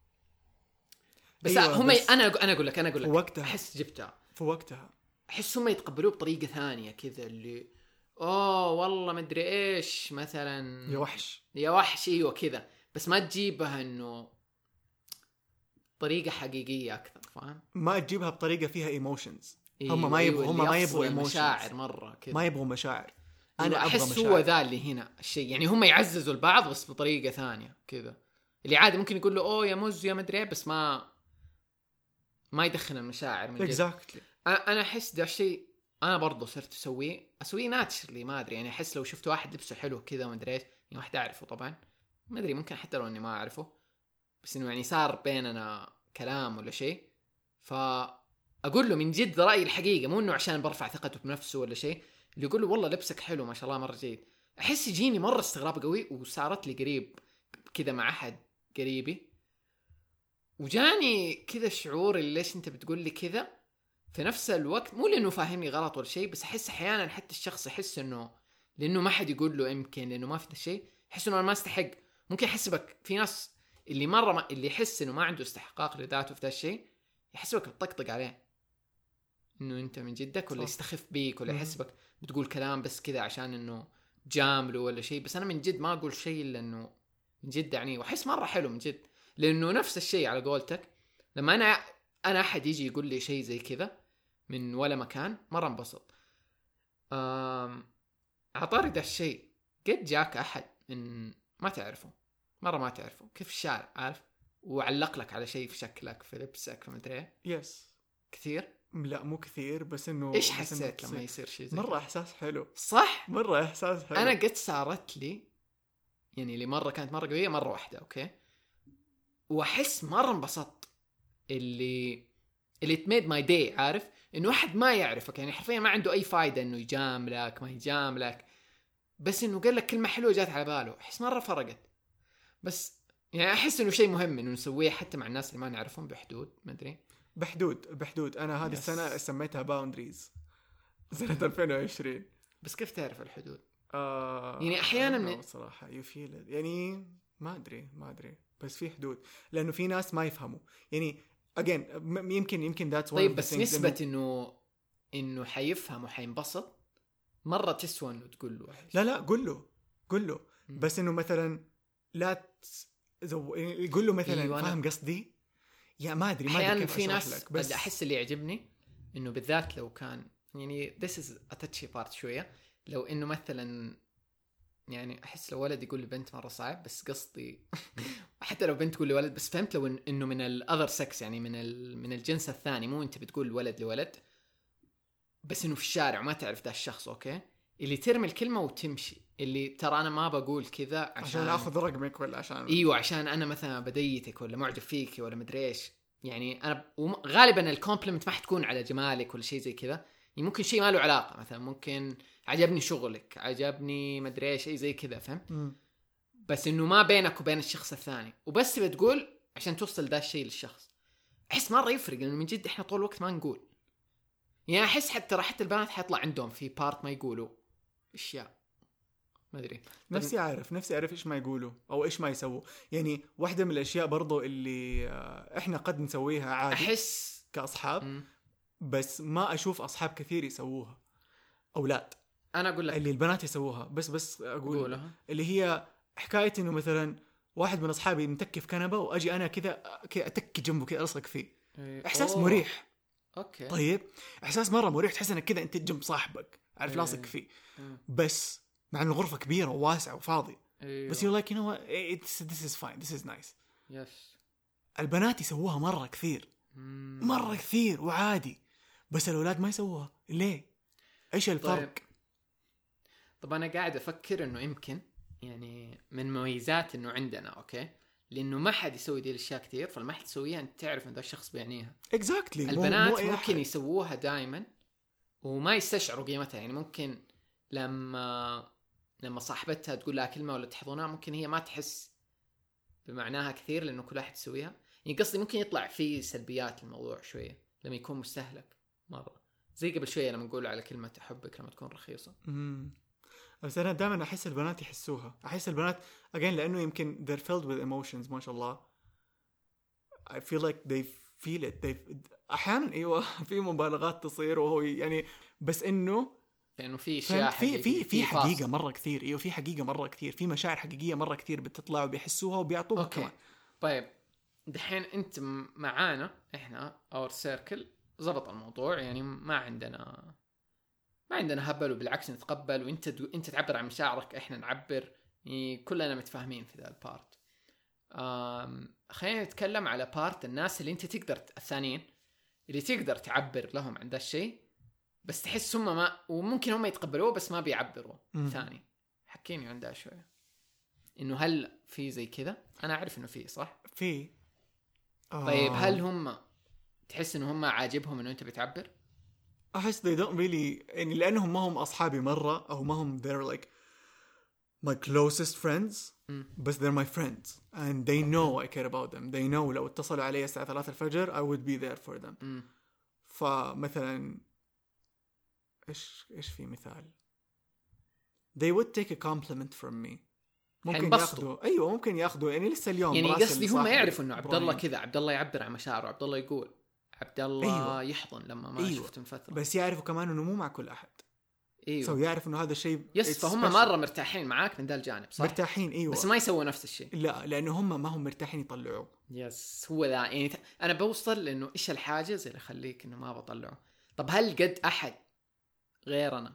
S2: بس هم بس انا اقول لك
S1: وقتها
S2: احس جبتها
S1: في وقتها،
S2: احس هم يتقبلوه بطريقه ثانيه كذا، اللي اوه والله مدري ايش مثلا يا وحش ايوه كذا، بس ما تجيبها انه طريقه حقيقيه اكثر، فاهم؟
S1: ما تجيبها بطريقه فيها ايموشنز. هم ما يبغوا
S2: مشاعر مره كذا،
S1: ما يبغوا مشاعر.
S2: انا احس هو ذا اللي هنا الشيء، يعني هم يعززوا البعض بس بطريقه ثانيه كذا، اللي عادي ممكن يقول له اوه يا مز يا مدري، بس ما يدخل المشاعر من جد. انا احس ده الشيء انا برضو صرت اسويه ناتشرلي، ما ادري، يعني احس لو شفت واحد لبسه حلو كذا ما ادري ايش، يعني واحد اعرفه طبعا، ما ادري ممكن حتى لو اني ما اعرفه، بس انه يعني صار بيننا كلام ولا شيء، فاقول له من جد رايي الحقيقه، مو انه عشان برفع ثقته بنفسه ولا شيء، اللي يقول له والله لبسك حلو ما شاء الله مره جيد، احس يجيني مره استغراب قوي. وصارت لي قريب كذا مع احد قريبي، وجاني كذا شعور اللي ليش انت بتقول لي كذا في نفس الوقت، مو لانه فاهمني غلط ولا شيء، بس احس احيانا حتى الشخص يحس انه لانه ما حد يقول له، يمكن لانه ما في شيء، يحس انه انا ما استحق. ممكن يحسبك في ناس اللي مره اللي يحس انه ما عنده استحقاق لذاته في ذا الشيء، يحسبك بتطقطق عليه انه انت من جدك، ولا يستخف بيك، ولا يحسبك بتقول كلام بس كذا عشان انه جامله ولا شيء. بس انا من جد ما اقول شيء الا انه من جد يعني، واحس مره حلو من جد، لانه نفس الشيء على قولتك، لما انا احد يجي يقول لي شيء زي كذا من ولا مكان مره انبسط. عطارد الشيء قد جاك احد من ما تعرفه، مره ما تعرفه كيف الشارع، عارف، وعلق لك على شيء في شكلك في لبسك في مدري
S1: يس
S2: كثير؟
S1: لا مو كثير، بس انه
S2: ايش حسيت لما يصير شيء زي
S1: مره احساس حلو؟
S2: صح،
S1: مره احساس حلو.
S2: انا قد صارت لي يعني اللي مره كانت مره قويه مره واحده، اوكي، واحس مره انبسطت، اللي تميد ماي داي، عارف انه واحد ما يعرفك، يعني حرفيا ما عنده اي فايده انه يجاملك ما يجاملك، بس انه قال لك كلمه حلوه جات على باله، احس مره فرقت. بس يعني احس انه شيء مهم انه نسويه حتى مع الناس اللي ما نعرفهم بحدود، ما ادري،
S1: بحدود. انا هذه السنه سميتها باوندريز، سنه 2020.
S2: بس كيف تعرف الحدود؟ يعني احيانا
S1: صراحه يفيل، يعني ما ادري بس في حدود، لانه في ناس ما يفهموا يعني again يمكن ذاتس
S2: طيب، بس نسبه انه حيفهم وحينبسط مره تسوى انه تقول له
S1: لا قل له بس انه مثلا لا يقول له مثلا أيوة فاهم قصدي، يا ما ادري
S2: كيف في ناس لك. بس احس اللي يعجبني انه بالذات لو كان يعني this is a touchy part شويه، لو انه مثلا يعني احس لو ولد يقول لبنت مره صعب، بس قصدي حتى لو بنت تقول لولد، بس فهمت لو انه من الاذر سكس، يعني من الجنس الثاني، مو انت بتقول ولد لولد، بس انه في الشارع وما تعرف ده الشخص، اوكي، اللي ترمي الكلمه وتمشي، اللي ترى انا ما بقول كذا
S1: عشان اخذ رقمك، ولا عشان
S2: ايوه عشان انا مثلا بديتك ولا معجب فيك ولا مدري ايش، يعني انا غالبا الكومبلمنت ما حتكون على جمالك ولا شيء زي كذا، يعني ممكن شيء ما له علاقه، مثلا ممكن عجبني شغلك، عجبني مدري ايش، شيء زي كذا، فهمت؟ بس انه ما بينك وبين الشخص الثاني، وبس بتقول عشان توصل ذا الشيء للشخص. احس مره يفرق، لانه من جد احنا طول الوقت ما نقول، يعني احس حتى البنات حيطلع عندهم في بارت ما يقولوا اشياء، ما ادري،
S1: نفسي اعرف ايش ما يقولوا او ايش ما يسووا. يعني واحده من الاشياء برضو اللي احنا قد نسويها عادي
S2: احس
S1: كاصحاب، بس ما اشوف اصحاب كثير يسووها، اولاد،
S2: انا اقول لك
S1: اللي البنات يسووها، بس اقولها اللي هي حكايه انه مثلا واحد من اصحابي متكي في كنبه واجي انا كذا اتكي جنبه كذا الصق فيه، احساس مريح.
S2: اوكي
S1: طيب احساس مره مريح، تحس انك كذا انت جنب صاحبك عارف لاصق فيه. بس مع ان الغرفه كبيره وواسعه وفاضي، بس يو لايك يو نو this is fine, this is nice.
S2: يس
S1: البنات يسووها مره كثير مره كثير وعادي، بس الأولاد ما يسووها ليه؟ ايش الفرق؟
S2: طب انا قاعد افكر انه يمكن يعني من مميزات انه عندنا اوكي، لانه ما حد يسوي دي الاشياء كثير، فلما حد يسويها انت تعرف ان ذا الشخص بيعنيها.
S1: اكزاكتلي
S2: البنات ممكن يسووها دائما وما يستشعروا قيمتها. يعني ممكن لما صاحبتها تقول لها كلمه ولا تحضنها ممكن هي ما تحس بمعناها كثير لانه كل واحد يسويها. يعني قصدي ممكن يطلع فيه سلبيات الموضوع شويه لما يكون مستهلك مره، زي قبل شويه لما نقول على كلمه احبك لما تكون رخيصه.
S1: بس أنا دائما أحس البنات يحسوها، أحس البنات again لأنه يمكن they're filled with emotions ما شاء الله. I feel like they feel it. أحيانا أيوة في مبالغات تصير وهو يعني، بس إنه
S2: لأنه في أشياء
S1: في حقيقة مرة كثير. أيوة في حقيقة مرة كثير، في مشاعر حقيقية مرة كثير بتطلع وبيحسوها وبيعطوها كمان.
S2: طيب دحين أنت معانا إحنا our circle زبط الموضوع، يعني ما عندنا هبل، وبالعكس نتقبل، وانت تعبر عن مشاعرك احنا نعبر، يعني كلنا متفاهمين في ذا البارت. خلينا نتكلم على بارت الناس اللي انت تقدر الثانيين اللي تقدر تعبر لهم عن ذا الشيء، بس تحس هم ما، وممكن هم يتقبلوه بس ما بيعبروا. ثاني حكيني عن ذا شويه، انه هل في زي كذا؟ انا اعرف انه في، صح؟
S1: في
S2: طيب هل هم تحس انه هم عاجبهم انه انت بتعبر؟
S1: أحس they don't really يعني لأنهم ما هم أصحابي مرة، أو ما هم they're like my closest friends بس they're my friends and they know I care about them. they know لو اتصلوا علي الساعة 3 الفجر I would be there for them. فمثلا إيش في مثال they would take a compliment from me. ممكن ياخذوا، أيوة ممكن ياخذوا، يعني لسه اليوم
S2: يعني قصدي هم يعرفوا إنه عبد الله كذا، عبد الله يعبر عن مشاعره، عبد الله يقول، عبد الله يحضن لما ما شفت من فترة.
S1: بس يعرفوا كمان إنه مو مع كل أحد.
S2: ايوه
S1: يعرف انه هذا الشيء
S2: فهم مره مرتاحين معاك من ذا الجانب، صح؟
S1: مرتاحين ايوه،
S2: بس ما يسووا نفس الشيء.
S1: لا لانه هم ما هم مرتاحين يطلعوا.
S2: هو ذا يعني انا بوصل لانه ايش الحاجز اللي يخليك انه ما بطلعه. طب هل قد احد غيرنا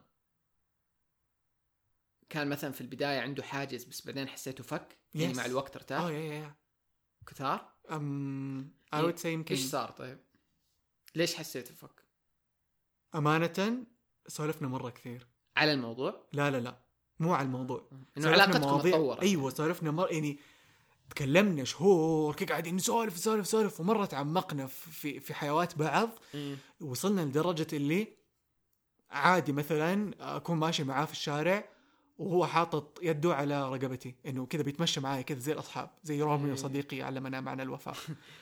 S2: كان مثلا في البدايه عنده حاجز بس بعدين حسيته فك؟ يعني مع الوقت ارتاح؟ كثار
S1: I would say يمكن.
S2: ايش صار طيب؟ ليش حسيته فك؟
S1: امانه سولفنا مرة كثير
S2: على الموضوع.
S1: لا مو على الموضوع،
S2: انه علاقتكم تطورت.
S1: ايوه سولفنا يعني تكلمنا شهور كي قاعدين نسولف ومرة تعمقنا في حيوات بعض. وصلنا لدرجة اللي عادي مثلا اكون ماشي معاه في الشارع وهو حاطط يده على رقبتي، انه كذا بيتمشى معايا كذا زي الاصحاب، زي روميو صديقي علمنا معنى الوفاء.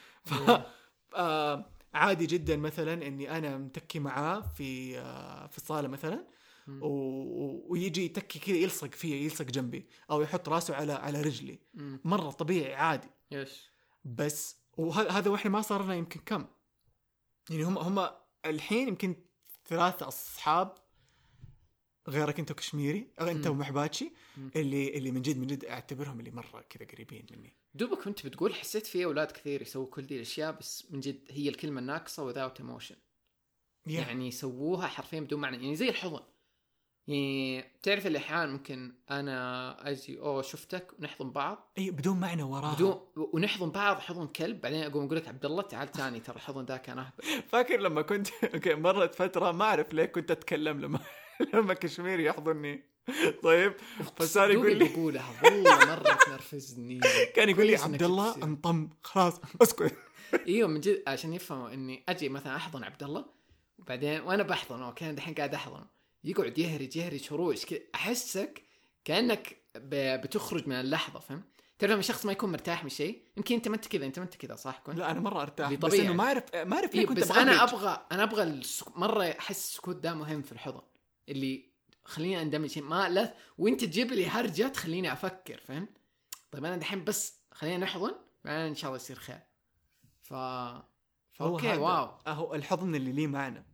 S1: عادي جدا مثلا اني انا متكي معاه في الصاله مثلا ويجي يتكي كذا يلصق فيا، يلصق جنبي او يحط راسه على رجلي. مره طبيعي عادي. بس وهذا واحنا ما صار لنا يمكن كم، يعني هم الحين يمكن 3 اصحاب غيرك انت وكشميري، انت ومحباتشي، اللي من جد اعتبرهم اللي مره كذا قريبين مني.
S2: دوبك كنت بتقول حسيت في اولاد كثير يسووا كل دي الاشياء بس من جد هي الكلمه الناقصه without emotion. يعني يسووها حرفيا بدون معنى، يعني زي الحضن. يعني تعرف اللي احيانا ممكن انا اجي شفتك ونحضن بعض
S1: بدون معنى وراها،
S2: ونحضن بعض حضن كلب، بعدين اقوم اقول لك عبد الله تعال تاني ترى الحضن ذا كان اهبل.
S1: فاكر لما كنت مرت فتره ما اعرف ليه كنت اتكلم لما كشميري يحضني، طيب فصار يقول لي
S2: يقولها والله مره تنرفزني.
S1: كان يقول لي عبد الله انطم خلاص اسكت.
S2: ايوه من جد عشان يفهموا اني اجي مثلا احضن عبد الله وبعدين وانا بحضنه كان دحين قاعد احضنه يقعد يهرج شروش كذا، احسك كانك بتخرج من اللحظه. فهم؟ تعرف لما شخص ما يكون مرتاح من شيء، يمكن انت ما انت كذا صح كنت؟
S1: لا انا مره ارتاح بس انه ما اعرف ليه كنت
S2: بس انا ابغى مره احس السكوت ده مهم في الحضن، اللي خليني اندمج ما لا وانت تجيب لي هرجه تخليني افكر. فهمت؟ طيب انا دحين بس خلينا نحضن بعدين ان شاء الله يصير خير. اوكي واو
S1: اهو الحضن اللي ليه معنى،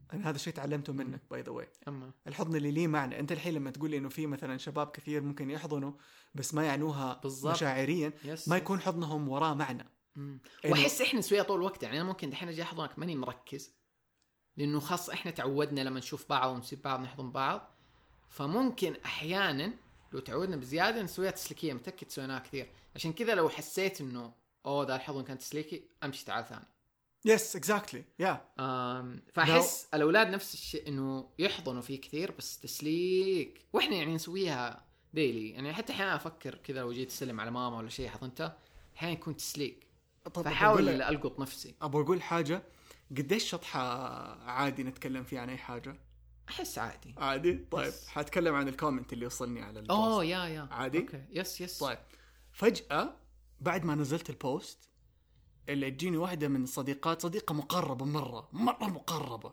S1: أنا هذا الشيء تعلمته منك باي ذا واي.
S2: أما
S1: الحضن اللي ليه معنى. أنت الحين لما تقول لي إنه في مثلا شباب كثير ممكن يحضنوا بس ما يعنوها
S2: بالضبط.
S1: مشاعريا، ما يكون حضنهم وراه معنى.
S2: وأحس إحنا نسويها طول الوقت. يعني أنا ممكن دحين أجي أحضنك ماني مركز، لأنه خاص إحنا تعودنا لما نشوف بعض ونسيب بعض نحضن بعض، فممكن أحيانا لو تعودنا بزيادة نسويها تسليكية. متأكد سويناها كثير. عشان كذا لو حسيت إنه ذا الحضن كان تسليكي أمشي تعال ثاني.
S1: يس اكزاكتلي يا.
S2: فأحس الأولاد نفس الشيء، إنه يحضنوا فيه كثير بس تسليك، وإحنا يعني نسويها ديلي. يعني حتى أحيانا أفكر كذا لو جيت أسلم على ماما ولا شيء حضنته أحيانا يكون تسليك، فحاول ألقط نفسي.
S1: أبغى أقول حاجة، قديش شطحة عادي نتكلم فيها عن أي حاجة؟
S2: أحس عادي.
S1: عادي. طيب حاتكلم عن الكومنت اللي وصلني على البوست.
S2: يا
S1: عادي.
S2: أوكي. يس.
S1: طيب فجأة بعد ما نزلت البوست اللي تجيني واحدة من صديقة مقربة مرة مقربة،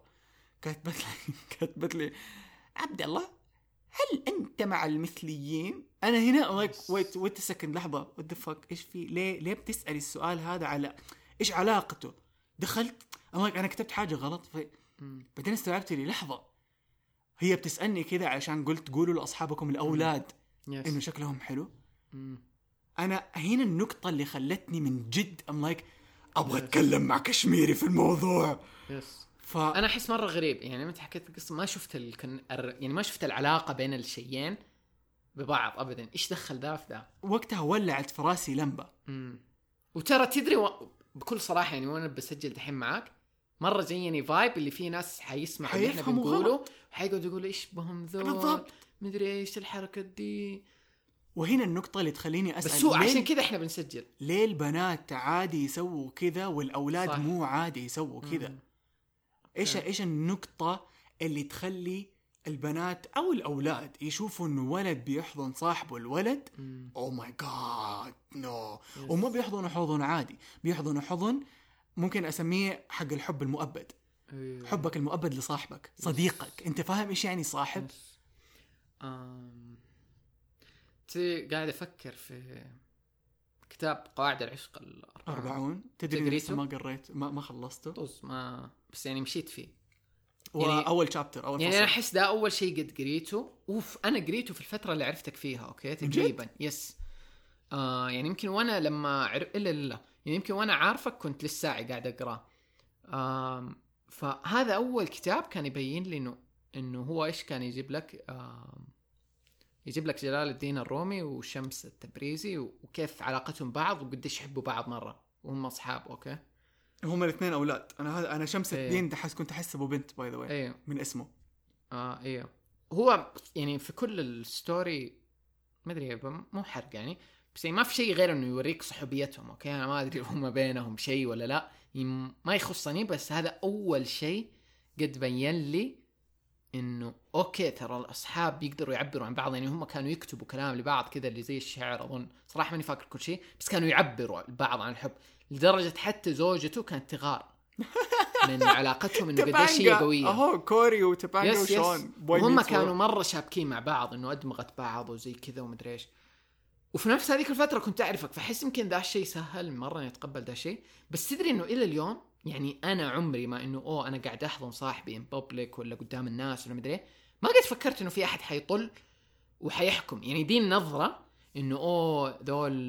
S1: كتبت لي عبد الله هل أنت مع المثليين؟ أنا هنا ويت سكند لحظة what the fuck إيش في؟ ليه بتسألي السؤال هذا؟ على إيش علاقته؟ دخلت أنا كتبت حاجة غلط بعدين استوعبت لي لحظة هي بتسألني كذا عشان قلت قولوا لأصحابكم الأولاد إنه شكلهم حلو. أنا هنا النقطة اللي خلتني من جد أبغى أتكلم مع كشميري في الموضوع.
S2: أنا أحس مرة غريب. يعني لما حكيت القصة ما شفت يعني ما شفت العلاقة بين الشيئين ببعض أبدا. إيش دخل ده في ده؟
S1: وقتها ولعت في راسي لمبة.
S2: وترى تدري بكل صراحة يعني وأنا بسجل دحين معاك مرة جيني فايب اللي فيه ناس حيسمعوا اللي إحنا بنقوله حيقعدوا يقولوا إيش بهم ذول مدري إيش الحركة دي.
S1: وهنا النقطة اللي تخليني أسأل،
S2: بس هو عشان كذا إحنا بنسجل
S1: ليه البنات عادي يسووا كذا والأولاد صح. مو عادي يسووا كذا؟ إيش النقطة اللي تخلي البنات أو الأولاد يشوفوا إنه ولد بيحضن صاحبه الولد أوه ماي جاد نو، وما بيحضنوا حضن عادي، بيحضنوا حضن ممكن أسميه حق الحب المؤبد. حبك المؤبد لصاحبك صديقك. أنت فاهم إيش يعني صاحب؟
S2: قاعد أفكر في كتاب قواعد العشق
S1: 40. تدري لسه ما قريت ما خلصته
S2: بس يعني مشيت فيه
S1: يعني أول شابتر أول
S2: يعني
S1: فصل.
S2: أنا أحس ده أول شيء قد قريته. أنا قريته في الفترة اللي عرفتك فيها أوكي تقريبا. يس يعني يمكن وأنا لما إلا يعني يمكن وأنا عارفك كنت لسه قاعد أقرأ. فهذا أول كتاب كان يبين لي إنه هو إيش كان يجيب لك جلال الدين الرومي وشمس التبريزي وكيف علاقتهم بعض وقديش يحبوا بعض مرة وهم أصحاب. أوكي
S1: هم الاثنين أولاد. أنا شمس الدين كنت أحسبه بنت باي ذا واي من اسمه.
S2: أيوه هو يعني في كل الستوري ما أدري مو حرق يعني، بس يعني ما في شيء غير إنه يوريك صحوبيتهم. أوكي أنا ما أدري هم بينهم شيء ولا لا يعني ما يخصني، بس هذا أول شيء قد بين لي إنه أوكي ترى الأصحاب بيقدروا يعبروا عن بعض. يعني هم كانوا يكتبوا كلام لبعض كذا اللي زي الشعر أظن صراحة ماني فاكر كل شيء، بس كانوا يعبروا البعض عن الحب لدرجة حتى زوجته كانت تغار من علاقتهم إنه قديش هي قوية.
S1: كوري وتبانجا وشون
S2: وهم كانوا مرة شابكين مع بعض إنه أدمغت بعض وزي كذا ومدري إيش. وفي نفس هذيك الفترة كنت أعرفك فحس يمكن ده الشيء سهل مرة يتقبل ده الشيء. بس تدري إنه إلى اليوم يعني أنا عمري ما إنه أنا قاعد أحضن صاحبي in public ولا قدام الناس ولا مدري ما قد فكرت إنه في أحد حيطل وحيحكم. يعني دي النظرة إنه ذول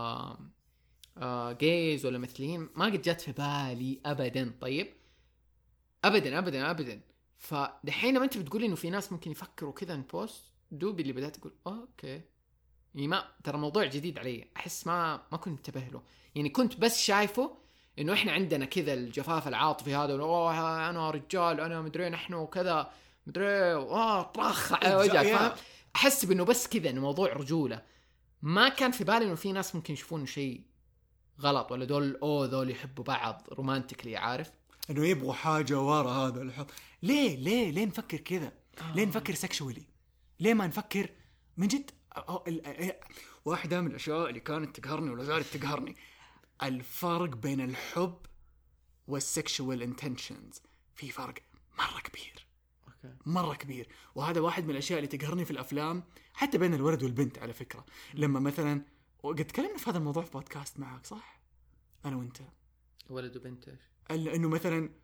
S2: جيز ولا مثليين ما قد جات في بالي أبدا. طيب أبدا أبدا أبدا. فدحين لما أنت بتقولي إنه في ناس ممكن يفكروا كذا بوست دوبي اللي بدأت أقول أوكي يعني ما ترى موضوع جديد علي. أحس ما كنت انتبه له. يعني كنت بس شايفه إنه إحنا عندنا كذا الجفاف العاطفي هذا أنا رجال أنا مدري نحن وكذا مدري طرخ على وجهك فاهم. أحس بإنه بس كذا إنه موضوع رجولة. ما كان في بالي إنه في ناس ممكن يشوفون شيء غلط ولا دول يحبوا بعض رومانتيكلي عارف
S1: إنه يبغوا حاجة ورا هذا الحب. ليه نفكر كذا؟ ليه نفكر سكشوالي؟ ليه ما نفكر من جد؟ واحدة من الأشياء اللي كانت تقهرني ولا زالت تقهرني الفرق بين الحب والسكشوال انتنشنز. في فرق مرة كبير مرة كبير. وهذا واحد من الأشياء اللي تقهرني في الأفلام حتى بين الولد والبنت على فكرة. لما مثلا قد تكلمنا في هذا الموضوع في بودكاست معك صح أنا وأنت
S2: ولد وبنت
S1: إنه مثلا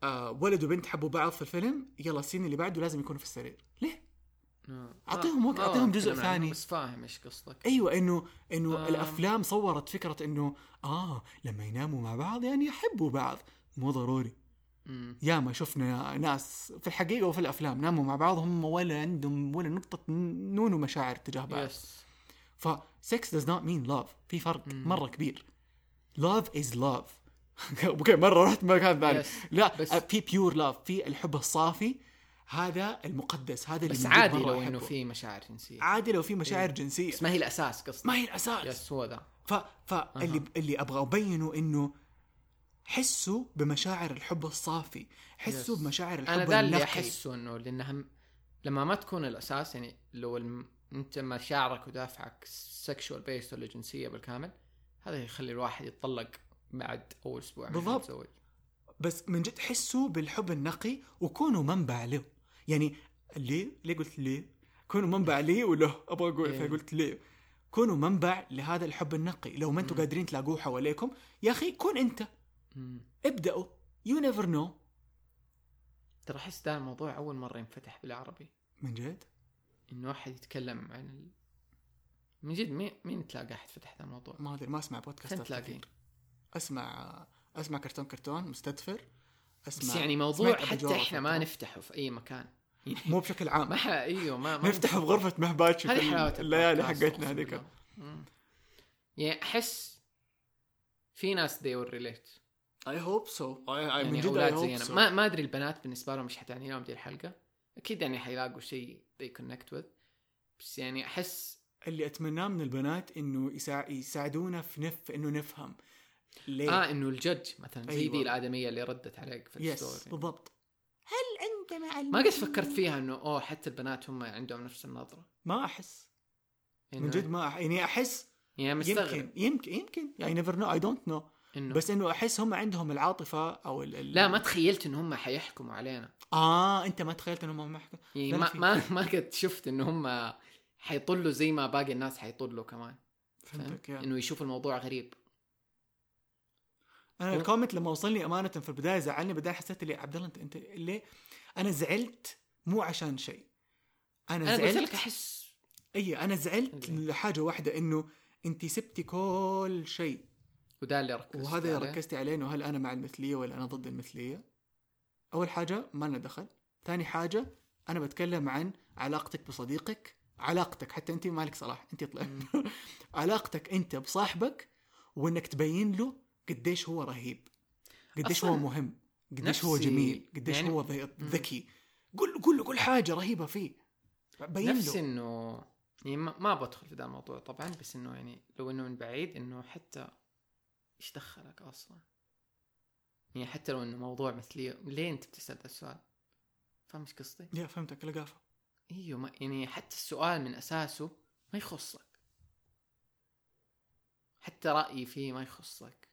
S1: ولد وبنت حبوا بعض في الفيلم، يلا السين اللي بعده لازم يكونوا في السرير. ليه؟ اعطيهم وقت، اعطيهم جزء ثاني.
S2: بس فاهم ايش قصدك.
S1: ايوه انه الافلام صورت فكره انه لما يناموا مع بعض يعني يحبوا بعض. مو ضروري. يا ما شفنا ناس في الحقيقه وفي الافلام ناموا مع بعض هم ولا عندهم ولا نقطه نون ومشاعر تجاه بعض. ف sex does not mean love. في فرق مره كبير. love is love. اوكي مره رحت مكان ثاني. لا في pure love، في الحب الصافي، هذا المقدس، هذا اللي
S2: بس عادي لو انه في مشاعر جنسيه،
S1: عادي لو في مشاعر جنسيه،
S2: بس ما هي الاساس قصدي.
S1: ما هي الاساس.
S2: يس هو ذا.
S1: اللي ابغى ابينه انه حسوا بمشاعر الحب الصافي، حسوا بمشاعر الحب النقي.
S2: انا ذا اللي احسه انه لانها لما ما تكون الاساس، يعني لو انت مشاعرك ودافعك سكشوال بيست ولا جنسيه بالكامل، هذا يخلي الواحد يتطلق بعد اول اسبوع من الزواج. بس
S1: من جد حسوا بالحب النقي وكونوا منبع له. يعني ليه قلت ليه كونوا منبع ليه وله ابغى اقول فقلت ليه كونوا منبع لهذا الحب النقي. لو ما انتم قادرين تلاقوه حواليكم يا اخي كون انت ابدأوا. you never know.
S2: ترى احس ده الموضوع اول مره ينفتح بالعربي
S1: من جد،
S2: انه واحد يتكلم عن من جد. مين تلاقي احد فتح هذا الموضوع؟
S1: ما ادري، ما اسمع بودكاستات كثير. اسمع كرتون مستدفر، اسمع
S2: بس يعني موضوع حتى احنا ما نفتحه في اي مكان
S1: مو بشكل عام.
S2: ما
S1: نفتحه بغرفة مهباتشي في الليالي حقتنا هذيك.
S2: يعني أحس في ناس they will relate.
S1: I hope so.
S2: يعني من جد I hope so. ما أدري البنات بالنسبة لهم مش حتعني لهم دي الحلقة. أكيد يعني حيلاقوا شيء they connect with. بس يعني أحس
S1: اللي أتمناه من البنات إنه يساعدونا في إنه نفهم ليه.
S2: إنه الجدج مثلا زي دي الآدمية اللي ردت عليك في الستوري.
S1: بالضبط. هل أنت مع
S2: ما قد فكرت فيها إنه حتى البنات هم عندهم نفس النظرة؟
S1: ما أحس من جد ما يعني أحس
S2: يعني مستغرب.
S1: يمكن يعني never know I don't know. بس إنه أحس هم عندهم العاطفة أو
S2: لا ما تخيلت إنه هم حيحكموا علينا.
S1: أنت ما تخيلت إنه هم حيحكموا
S2: يعني ما قد شفت إنه هم حيطلوا زي ما باقي الناس حيطلوا كمان.
S1: فهمتك
S2: إنه يشوف الموضوع غريب.
S1: أنا الكومنت لما وصلني أمانة في البداية زعلني، بعدين حسيت لي عبد الله أنت ليه؟ أنا زعلت مو عشان شيء.
S2: أنا زعلت لك أحس
S1: أنا زعلت لحاجة واحدة، إنه أنت سبتي كل شيء
S2: وده اللي ركزت
S1: وهذا ركزتي عليه، إنه هل أنا مع المثلية ولا أنا ضد المثلية. أول حاجة ما لنا دخل. ثاني حاجة أنا بتكلم عن علاقتك بصديقك، علاقتك حتى أنت مالك صلاح أنت طلعت علاقتك أنت بصاحبك، وإنك تبين له قديش هو رهيب، قديش هو مهم، قديش هو جميل، قديش يعني هو ذكي. قل له كل حاجة رهيبة فيه، بين
S2: نفس إنه يعني ما بدخل في ده الموضوع طبعا، بس إنه يعني لو إنه من بعيد إنه حتى إيش دخلك أصلا، يعني حتى لو إنه موضوع مثلي ليه أنت بتسأل السؤال؟ فهمت قصدي؟
S1: يا فهمتك لقافة.
S2: ايوه يعني حتى السؤال من اساسه ما يخصك، حتى رأيي فيه ما يخصك.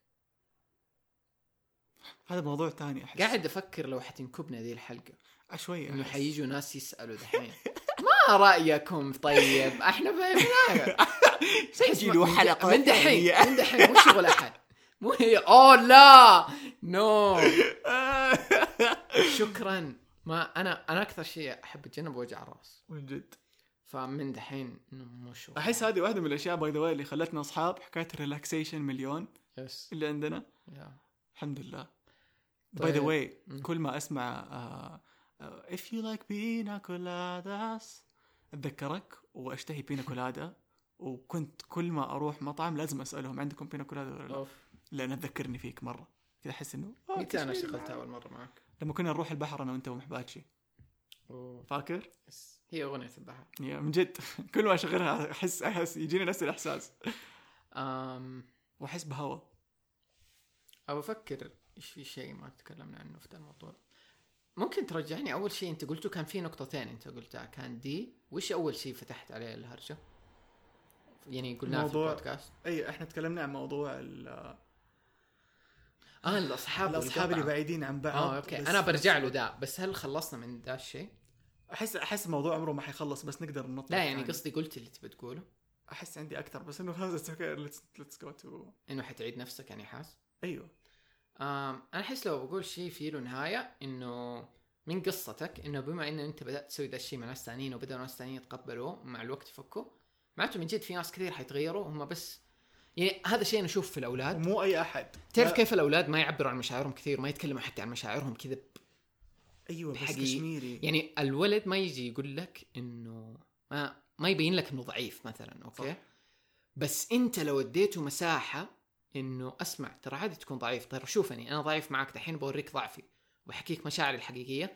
S1: هذا موضوع تاني. أحس
S2: قاعد أفكر لو حتنكبنا دي الحلقة
S1: شوي
S2: إنه حييجوا ناس يسألوا دحين ما رأيكم؟ طيب إحنا فهمناها.
S1: سجلوا حلقة
S2: من دحين مو شغل أحد، مو هي لا نو شكرا. ما أنا أكثر شيء أحب أتجنب وجع الرأس
S1: من جد.
S2: فمن دحين إنه مو شغل.
S1: أحس هذه واحدة من الأشياء باي ذا واي اللي خلتنا أصحاب، حكاية الريلاكسيشن مليون اللي عندنا. الحمد لله. باي ذا واي كل ما أسمع if you like pina coladas أتذكرك وأشتهي بينا كولادا، وكنت كل ما أروح مطعم لازم أسألهم عندكم بينا كولادا ولا لا، لأن تذكرني فيك مرة كذا. أحس إنه
S2: متى أنا اشتغلتها أول مرة معك؟
S1: لما كنا نروح البحر أنا وأنت ومحباتشي. فاكر؟
S2: هي أغنية البحر.
S1: يا من جد كل ما أشغلها أحس يجيني نفس الإحساس. وأحس بهوا.
S2: أو أفكر إيش في شيء ما تكلمنا عنه في الموضوع ممكن ترجعني. أول شيء أنت قلته كان في نقطتين أنت قلتها، كان دي وإيش أول شيء فتحت عليه الهرجة يعني قلناه في البودكاست؟
S1: إحنا تكلمنا عن موضوع
S2: الأصحاب
S1: اللي بعيدين عن بعض.
S2: أوكي أنا برجع له ده، بس هل خلصنا من ده الشيء؟
S1: أحس الموضوع عمره ما حيخلص، بس نقدر نطلع.
S2: لا يعني قصدي قلت اللي تبي تقوله.
S1: أحس عندي أكتر، بس إنه خلاص let's go to
S2: إنه حتعيد نفسك يعني حاس.
S1: أيوه
S2: انا احس لو بقول شيء فيه له نهايه انه من قصتك، انه بما ان انت بدات تسوي ذا الشيء مع ناس ثانيين وبداوا ناس ثانيين يتقبلوه مع الوقت يفكوا، معناته من جد في ناس كثير حيتغيروا هم بس. يعني هذا شيء انا اشوف في الاولاد،
S1: ومو اي احد.
S2: تعرف كيف الاولاد ما يعبروا عن مشاعرهم كثير، ما يتكلموا حتى عن مشاعرهم كذا
S1: ايوه بس كشميري.
S2: يعني الولد ما يجي يقول لك انه ما يبين لك انه ضعيف مثلا، اوكي صح. بس انت لو اديته مساحه انه اسمع ترى عادي تكون ضعيف، طيب شوفني انا ضعيف معك دحين بوريك ضعفي وحكيك مشاعري الحقيقيه،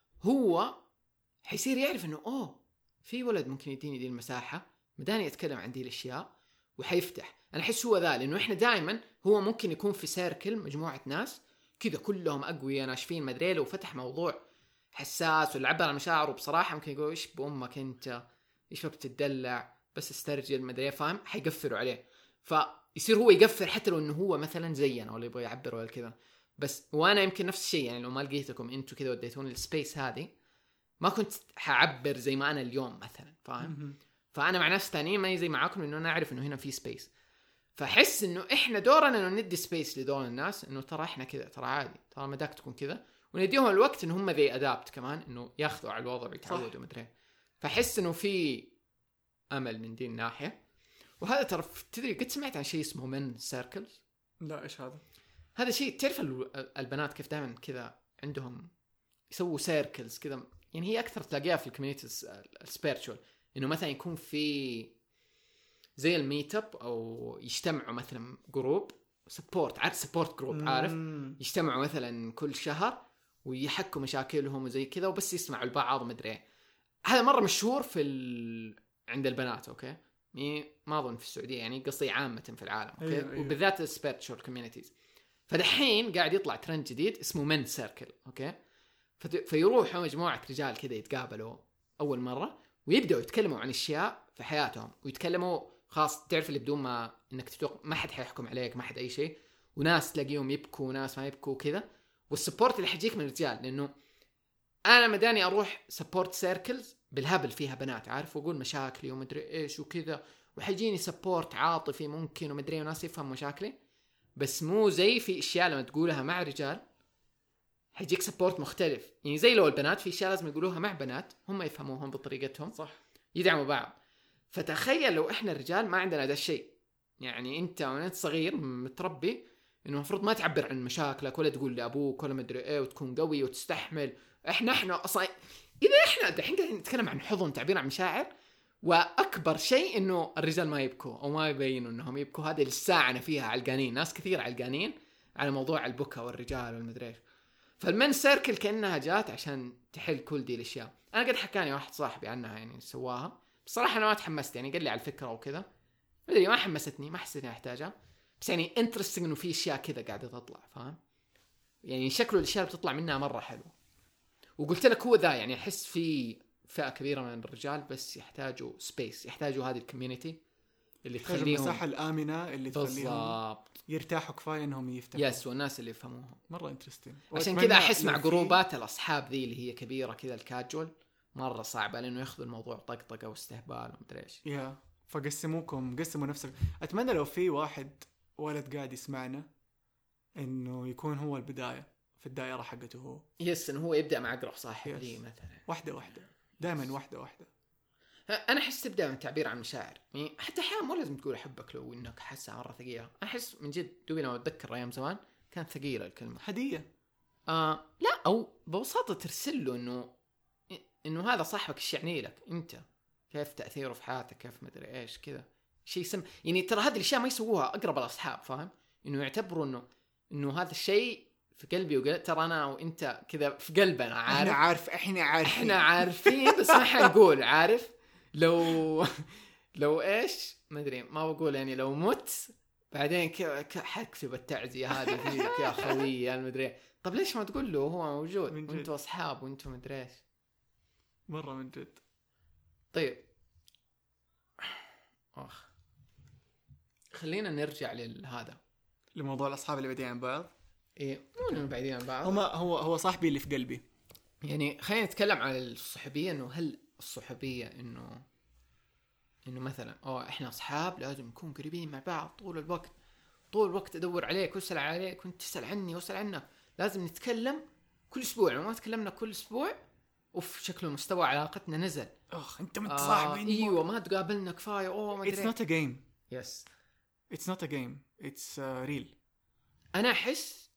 S2: هو حيصير يعرف انه اوه في ولد ممكن يديني دي المساحه مداني اتكلم عن دي الاشياء، وحيفتح. انا احس هو ذا، لانه احنا دائما هو ممكن يكون في سيركل مجموعه ناس كذا كلهم اقوياء ناشفين مدري، لو فتح موضوع حساس ولا عبر عن مشاعره بصراحه ممكن يقول ايش بامك انت، ايش بتدلع بس استرجل مدري، فاهم؟ حيقفلوا عليه، فيصير هو يقفل حتى لو انه هو مثلا زينا ولا يبغى يعبر ولا كذا. بس وانا يمكن نفس الشيء، يعني لو ما لقيتكم انتوا كذا وديتوني السبيس هذه ما كنت حعبر زي ما انا اليوم مثلا، فاهم؟ فانا مع ناس ثانيين ما زي معاكم، انه انا اعرف انه هنا في سبيس. فحس انه احنا دورنا انه ندي سبيس لدول الناس، انه ترى احنا كذا، ترى عادي، ترى مداك تكون كذا، ونديهم الوقت ان هم ذي ادابت كمان، انه ياخذوا على الوضع ويتعودوا مدري. فحس انه في امل من دي الناحيه. وهذا ترى تدري قد سمعت عن شيء اسمه من سيركلز؟
S1: لا ايش هذا؟
S2: هذا شيء تعرف البنات كيف دائما كذا عندهم يسووا سيركلز كذا، يعني هي اكثر تلاقيها في الكوميونيتيز السبيرتشوال، انه مثلا يكون في زي الميت اب او يجتمعوا مثلا جروب سبورت، عارف سبورت جروب، عارف يجتمعوا مثلا كل شهر ويحكوا مشاكلهم وزي كذا وبس يسمعوا البعض مدري. هذا مره مشهور في عند البنات، اوكي يعني ما اظن في السعوديه، يعني قصدي عامه في العالم، اوكي أيوة. وبالذات السبيرتشوال كوميونيتيز. فدحين قاعد يطلع ترند جديد اسمه من سيركل، اوكي فيروحوا مجموعه رجال كذا يتقابلوا اول مره ويبداوا يتكلموا عن اشياء في حياتهم، ويتكلموا خاص تعرف اللي بدون ما انك ما حد حيحكم عليك، ما حد اي شيء، وناس تلاقيهم يبكوا وناس ما يبكوا كذا، والسبورت اللي حيجيك من الرجال. لانه انا مداني اروح سبورت سيركلز بالهبل فيها بنات، عارف، واقول مشاكلي ومدري ايش وكذا، وحيجيني سبورت عاطفي ممكن ومدري، وناس يفهم مشاكلي، بس مو زي في اشياء لما تقولها مع رجال حيجيك سبورت مختلف. يعني زي لو البنات في اشياء لازم يقولوها مع بنات هم يفهموهم بطريقتهم، صح، يدعموا بعض. فتخيل لو احنا الرجال ما عندنا هذا الشيء، يعني انت وانت صغير متربي انه المفروض ما تعبر عن مشاكلك ولا تقول لابوك ولا مدري ايه، وتكون قوي وتستحمل. احنا اصلا اذا احنا الحين قاعدين نتكلم عن حضن، تعبير عن مشاعر، واكبر شيء انه الرجال ما يبكوا او ما يبينوا انهم يبكوا. هذه الساعه انا فيها علقانين، ناس كثير علقانين على موضوع البكا والرجال والمدري ايش. فالمن سيركل كانها جات عشان تحل كل دي الاشياء. انا قد حكاني واحد صاحبي عنها، يعني سواها، بصراحه انا ما تحمست، يعني قال لي على الفكره وكذا، مدري ما حمستني، ما حسيت اني احتاجها، بس يعني انترستنج انه في اشياء كذا قاعده تطلع، فاهم؟ يعني شكله الاشياء بتطلع منها مره حلو. وقلت لك هو ذا، يعني احس في فئه كبيره من الرجال بس يحتاجوا سبيس، يحتاجوا هذه الكوميونتي اللي تخليهم
S1: المساحه الامنه اللي تخليهم يرتاحوا كفايه انهم يفتحوا
S2: يس، والناس اللي يفهموها
S1: مره انترستين.
S2: عشان كذا احس مع جروبات الاصحاب ذي اللي هي كبيره كذا الكاجوال مره صعبه، لانه ياخذوا الموضوع طقطقه واستهبال ومدري ايش.
S1: قسموا نفسك. اتمنى لو في ولد قاعد يسمعنا انه يكون هو البدايه في الدائره حقته هو.
S2: يس، انه هو يبدا مع اقرب صاحب لي مثلا،
S1: واحده دائما واحده.
S2: انا احس تبدا من تعبير عن مشاعر، يعني حتى احيانا مو لازم تقول احبك لو انك حاسه مره ثقيله. احس من جد دوبي لما اتذكر ايام زمان كانت ثقيله الكلمه،
S1: هديه
S2: لا، او ببساطه ترسل له انه هذا صاحبك ايش يعني لك انت، كيف تاثيره في حياتك، كيف مدري ايش كذا شيء يعني ترى هذه الاشياء ما يسووها اقرب الاصحاب، فاهم؟ انه يعتبروا انه هذا الشيء في قلبي، وقلت ترى انا وانت كذا في قلبنا، عارف احنا عارفين بس ما حنقول، عارف؟ لو ايش ما ادري، ما بقول يعني لو مت بعدين حكتب التعزية هذه فيك يا خوي يا المدري. طب ليش ما تقول له هو موجود وانتوا اصحاب وانتوا مدري ايش؟
S1: مره من جد.
S2: طيب خلينا نرجع
S1: لموضوع الاصحاب اللي بعيدين عن بعض.
S2: ايه مو بعيدين عن بعض،
S1: هو صاحبي اللي في قلبي.
S2: يعني خلينا نتكلم عن الصحوبيه، انه هل الصحوبيه انه مثلا احنا اصحاب لازم نكون قريبين مع بعض طول الوقت طول الوقت ادور عليك واسال عليك وانت تسال عني واسال عنك، لازم نتكلم كل اسبوع. لو ما تكلمنا كل اسبوع وفي شكل مستوى علاقتنا نزل.
S1: انت متصاحبين.
S2: ايوه ما تقابلنا كفايه. ما
S1: ادري. It's not a game.
S2: Yes.
S1: It's not a game. It's real.
S2: انا احس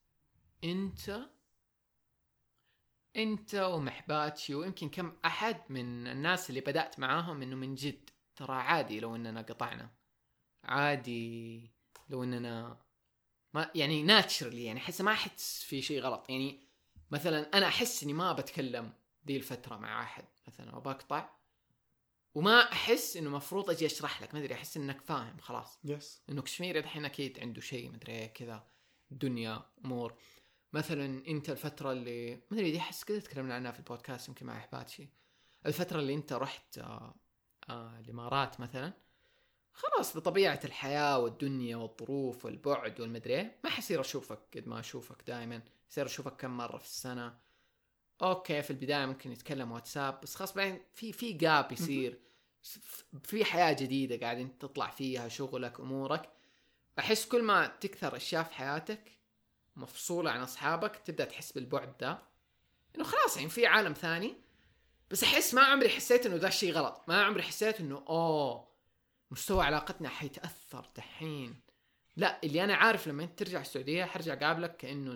S2: انت ومحباتشي ويمكن كم احد من الناس اللي بدأت معاهم انه من جد ترى عادي لو اننا قطعنا، عادي لو اننا ما يعني ناتشرلي، يعني احس ما احس في شيء غلط. يعني مثلا انا احس اني ما بتكلم ذي الفترة مع احد مثلا وبقطع، وما احس انه مفروض اجي اشرح لك، ما ادري، احس انك فاهم خلاص. انه كشمير الحين اكيد عنده شيء ما ادري كذا، الدنيا امور. مثلا انت الفترة اللي ما ادري دي احس كذا تكلمنا عنها في البودكاست يمكن مع احباتشي، الفترة اللي انت رحت الامارات مثلا، خلاص بطبيعة الحياة والدنيا والظروف والبعد والمدري ما حصير اشوفك قد ما اشوفك دائما، يصير اشوفك كم مرة في السنة. اوكي في البداية ممكن نتكلم واتساب، بس خلاص بعدين في جاب يصير، في حياة جديدة قاعدين تطلع فيها، شغلك امورك. احس كل ما تكثر اشياء في حياتك مفصولة عن اصحابك تبدأ تحس بالبعد ده، انه خلاص يعني في عالم ثاني. بس احس ما عمري حسيت انه ده الشيء غلط، ما عمري حسيت انه مستوى علاقتنا حيتأثر دحين. لا، اللي انا عارف لما انت ترجع السعودية حرجع قابلك كأنه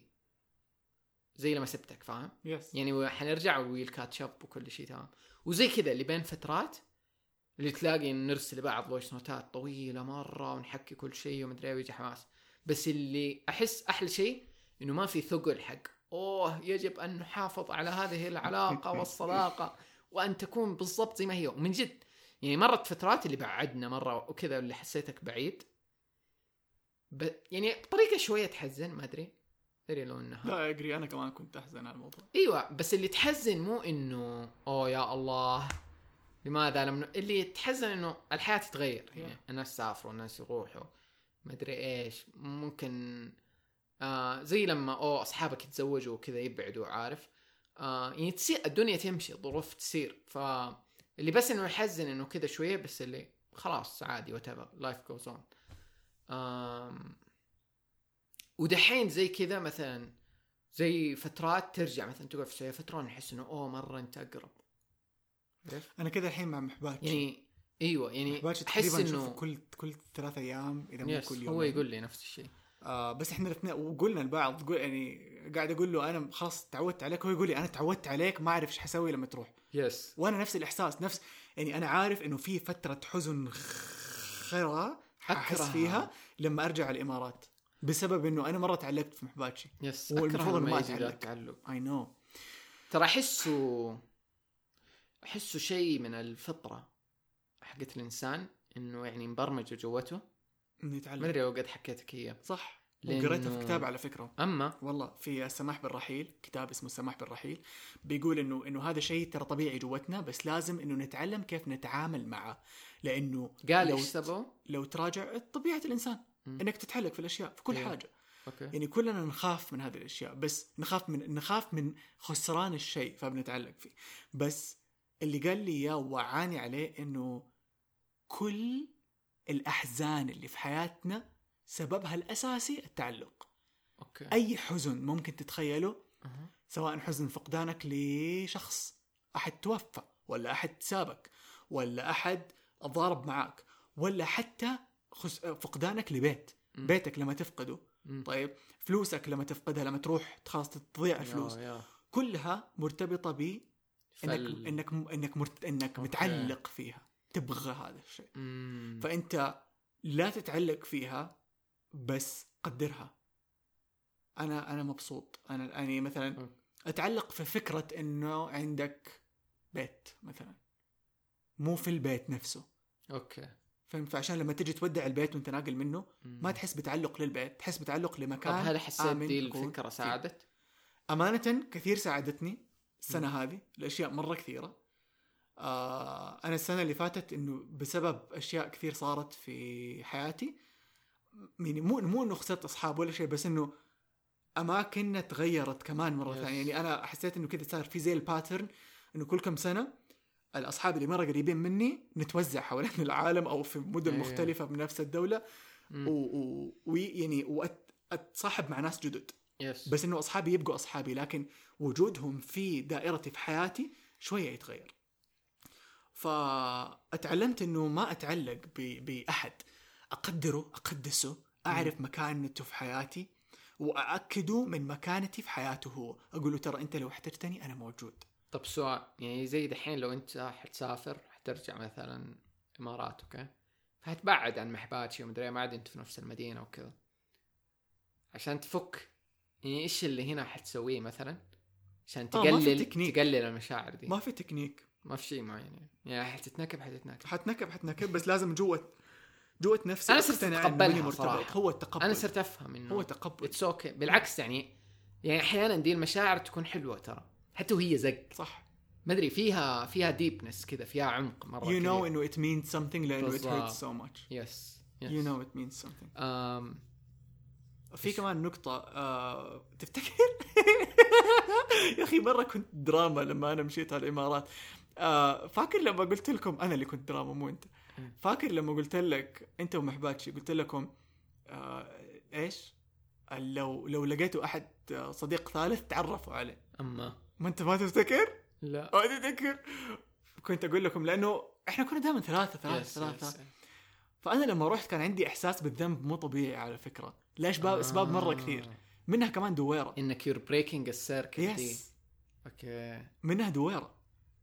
S2: زي لما سبتك، فاهم؟ يعني حنرجع ويل كاتشب وكل شيء تمام. وزي كذا اللي بين فترات اللي تلاقي نرسل لبعض فويس نوتات طويلة مرة ونحكي كل شيء ومدري ويجي حماس. بس اللي احس احلى شيء انه ما في ثقل حق يجب ان نحافظ على هذه العلاقة والصداقة وان تكون بالضبط زي ما هي. ومن جد يعني مرت فترات اللي بعدنا مرة وكذا اللي حسيتك بعيد يعني بطريقة شوية تحزن، ما ادري لو انها
S1: لا اجري، انا كمان كنت احزن على الموضوع.
S2: ايوه بس اللي تحزن مو انه يا الله لماذا لم اللي تحزن انه الحياة تتغير. يعني الناس سافروا، الناس يروحوا، ما ادري ايش، ممكن زي لما اصحابك يتزوجوا وكذا يبعدوا، عارف يعني تصير الدنيا تمشي، الظروف تصير. فاللي بس انه يحزن انه كذا شوية، بس اللي خلاص عادي whatever life goes on. ودحين زي كذا مثلا زي فترات ترجع مثلا تقعد في فترة نحس انه مرة انت اقرب.
S1: انا كذا الحين مع محباتي،
S2: يعني ايوه يعني
S1: احس انه كل 3 ايام اذا مو كل يوم.
S2: هو يقول لي نفس الشيء.
S1: بس احنا الاثنين وقلنا البعض يعني قاعد اقول له انا خلاص تعودت عليك، هو يقول لي انا تعودت عليك ما اعرف ايش حسوي لما تروح. وانا نفس الاحساس، نفس يعني انا عارف انه في فترة حزن خيرة احس فيها لما ارجع الامارات، بسبب انه انا مرة تعلقت في محباتي.
S2: والمفروض ما تعلق.
S1: I know.
S2: ترى احسه شيء من الفطرة حقت الانسان، انه يعني مبرمج جوته
S1: انه يتعلم.
S2: ما ادري لو قد حكيتك هي
S1: صح، وقريتها في كتاب على فكرة.
S2: اما
S1: والله في السماح بالرحيل، كتاب اسمه السماح بالرحيل، بيقول انه هذا شيء ترى طبيعي جوتنا، بس لازم انه نتعلم كيف نتعامل معه. لانه
S2: قال
S1: لو تراجع طبيعة الانسان انك تتحلق في الاشياء في كل حاجة.
S2: أوكي.
S1: يعني كلنا نخاف من هذه الاشياء، بس نخاف من خسران الشيء فبنتعلق فيه. بس اللي قال لي يا وعاني عليه انه كل الاحزان اللي في حياتنا سببها الاساسي التعلق.
S2: أوكي.
S1: اي حزن ممكن تتخيله، سواء حزن فقدانك لشخص، احد توفى، ولا احد سابك، ولا احد ضارب معك، ولا حتى فقدانك لبيت، بيتك لما تفقده. طيب فلوسك لما تفقدها، لما تروح خلاص تضيع الفلوس، كلها مرتبطة ب انك متعلق فيها، تبغى هذا الشيء. فانت لا تتعلق فيها، بس قدرها. انا مبسوط، انا يعني مثلا اتعلق في فكرة انه عندك بيت مثلا، مو في البيت نفسه.
S2: اوكي
S1: فهمت؟ فعشان لما تجي تودع البيت وانت ناقل منه ما تحس بتعلق للبيت، تحس بتعلق لمكان.
S2: طب هل حسيت دي الفكرة ساعدت؟
S1: أمانة كثير ساعدتني السنة هذه، الأشياء مرة كثيرة. أنا السنة اللي فاتت إنه بسبب أشياء كثير صارت في حياتي، يعني مو إنه خسرت أصحاب ولا شيء، بس إنه أماكننا تغيرت كمان مرة ثانية. يعني أنا حسيت إنه كذا صار في زي الباترن، إنه كل كم سنة الأصحاب اللي مرة قريبين مني نتوزع حوالين العالم أو في مدن مختلفة بنفس الدولة ويعني وأتصاحب مع ناس جدد. بس إنه أصحابي يبقوا أصحابي، لكن وجودهم في دائرتي في حياتي شوية يتغير. فأتعلمت إنه ما أتعلق بأحد، أقدره أقدسه، أعرف مكانته في حياتي وأأكده من مكانتي في حياته هو. أقوله ترى أنت لو احتجتني أنا موجود.
S2: طب سؤال، يعني زي دحين لو أنت حتسافر حترجع مثلا إمارات أوكي، فهتبعد عن محباتي ومدري ما عاد أنت في نفس المدينة وكذا، عشان تفك يعني إيش اللي هنا حتسويه مثلا عشان تقلل المشاعر دي؟
S1: ما في تكنيك،
S2: ما في شيء معين يعني
S1: حتنكب بس لازم جوة نفسي
S2: أنا صرت أتقبلها صراحة.
S1: هو التقبل.
S2: أنا صرت أفهم إنه
S1: هو التقبل
S2: it's okay. بالعكس يعني أحيانا دي المشاعر تكون حلوة ترى حتى وهي زق،
S1: صح،
S2: ما أدري فيها deepness كذا، فيها عمق مرة
S1: you know إنه it means something لأنه it hurts so much.
S2: yes.
S1: you know it means something. في كمان نقطة تفتكر يا أخي مرة كنت دراما لما أنا مشيت على الإمارات. فاكر لما قلت لكم أنا اللي كنت دراما مو أنت. فاكر لما قلت لك أنت ومحباتشي قلت لكم إيش لو لقيتوا أحد صديق ثالث تعرفوا عليه.
S2: أما
S1: ما أنت ما تفتكر؟
S2: لا
S1: ما تفتكر. كنت أقول لكم لأنه إحنا كنا دائما ثلاثة. فأنا لما رحت كان عندي إحساس بالذنب مو طبيعي على فكرة. ليش أسباب مرة كثير، منها كمان دويرة،
S2: إنك you're breaking a circle دي.
S1: أوكي. منها دويرة.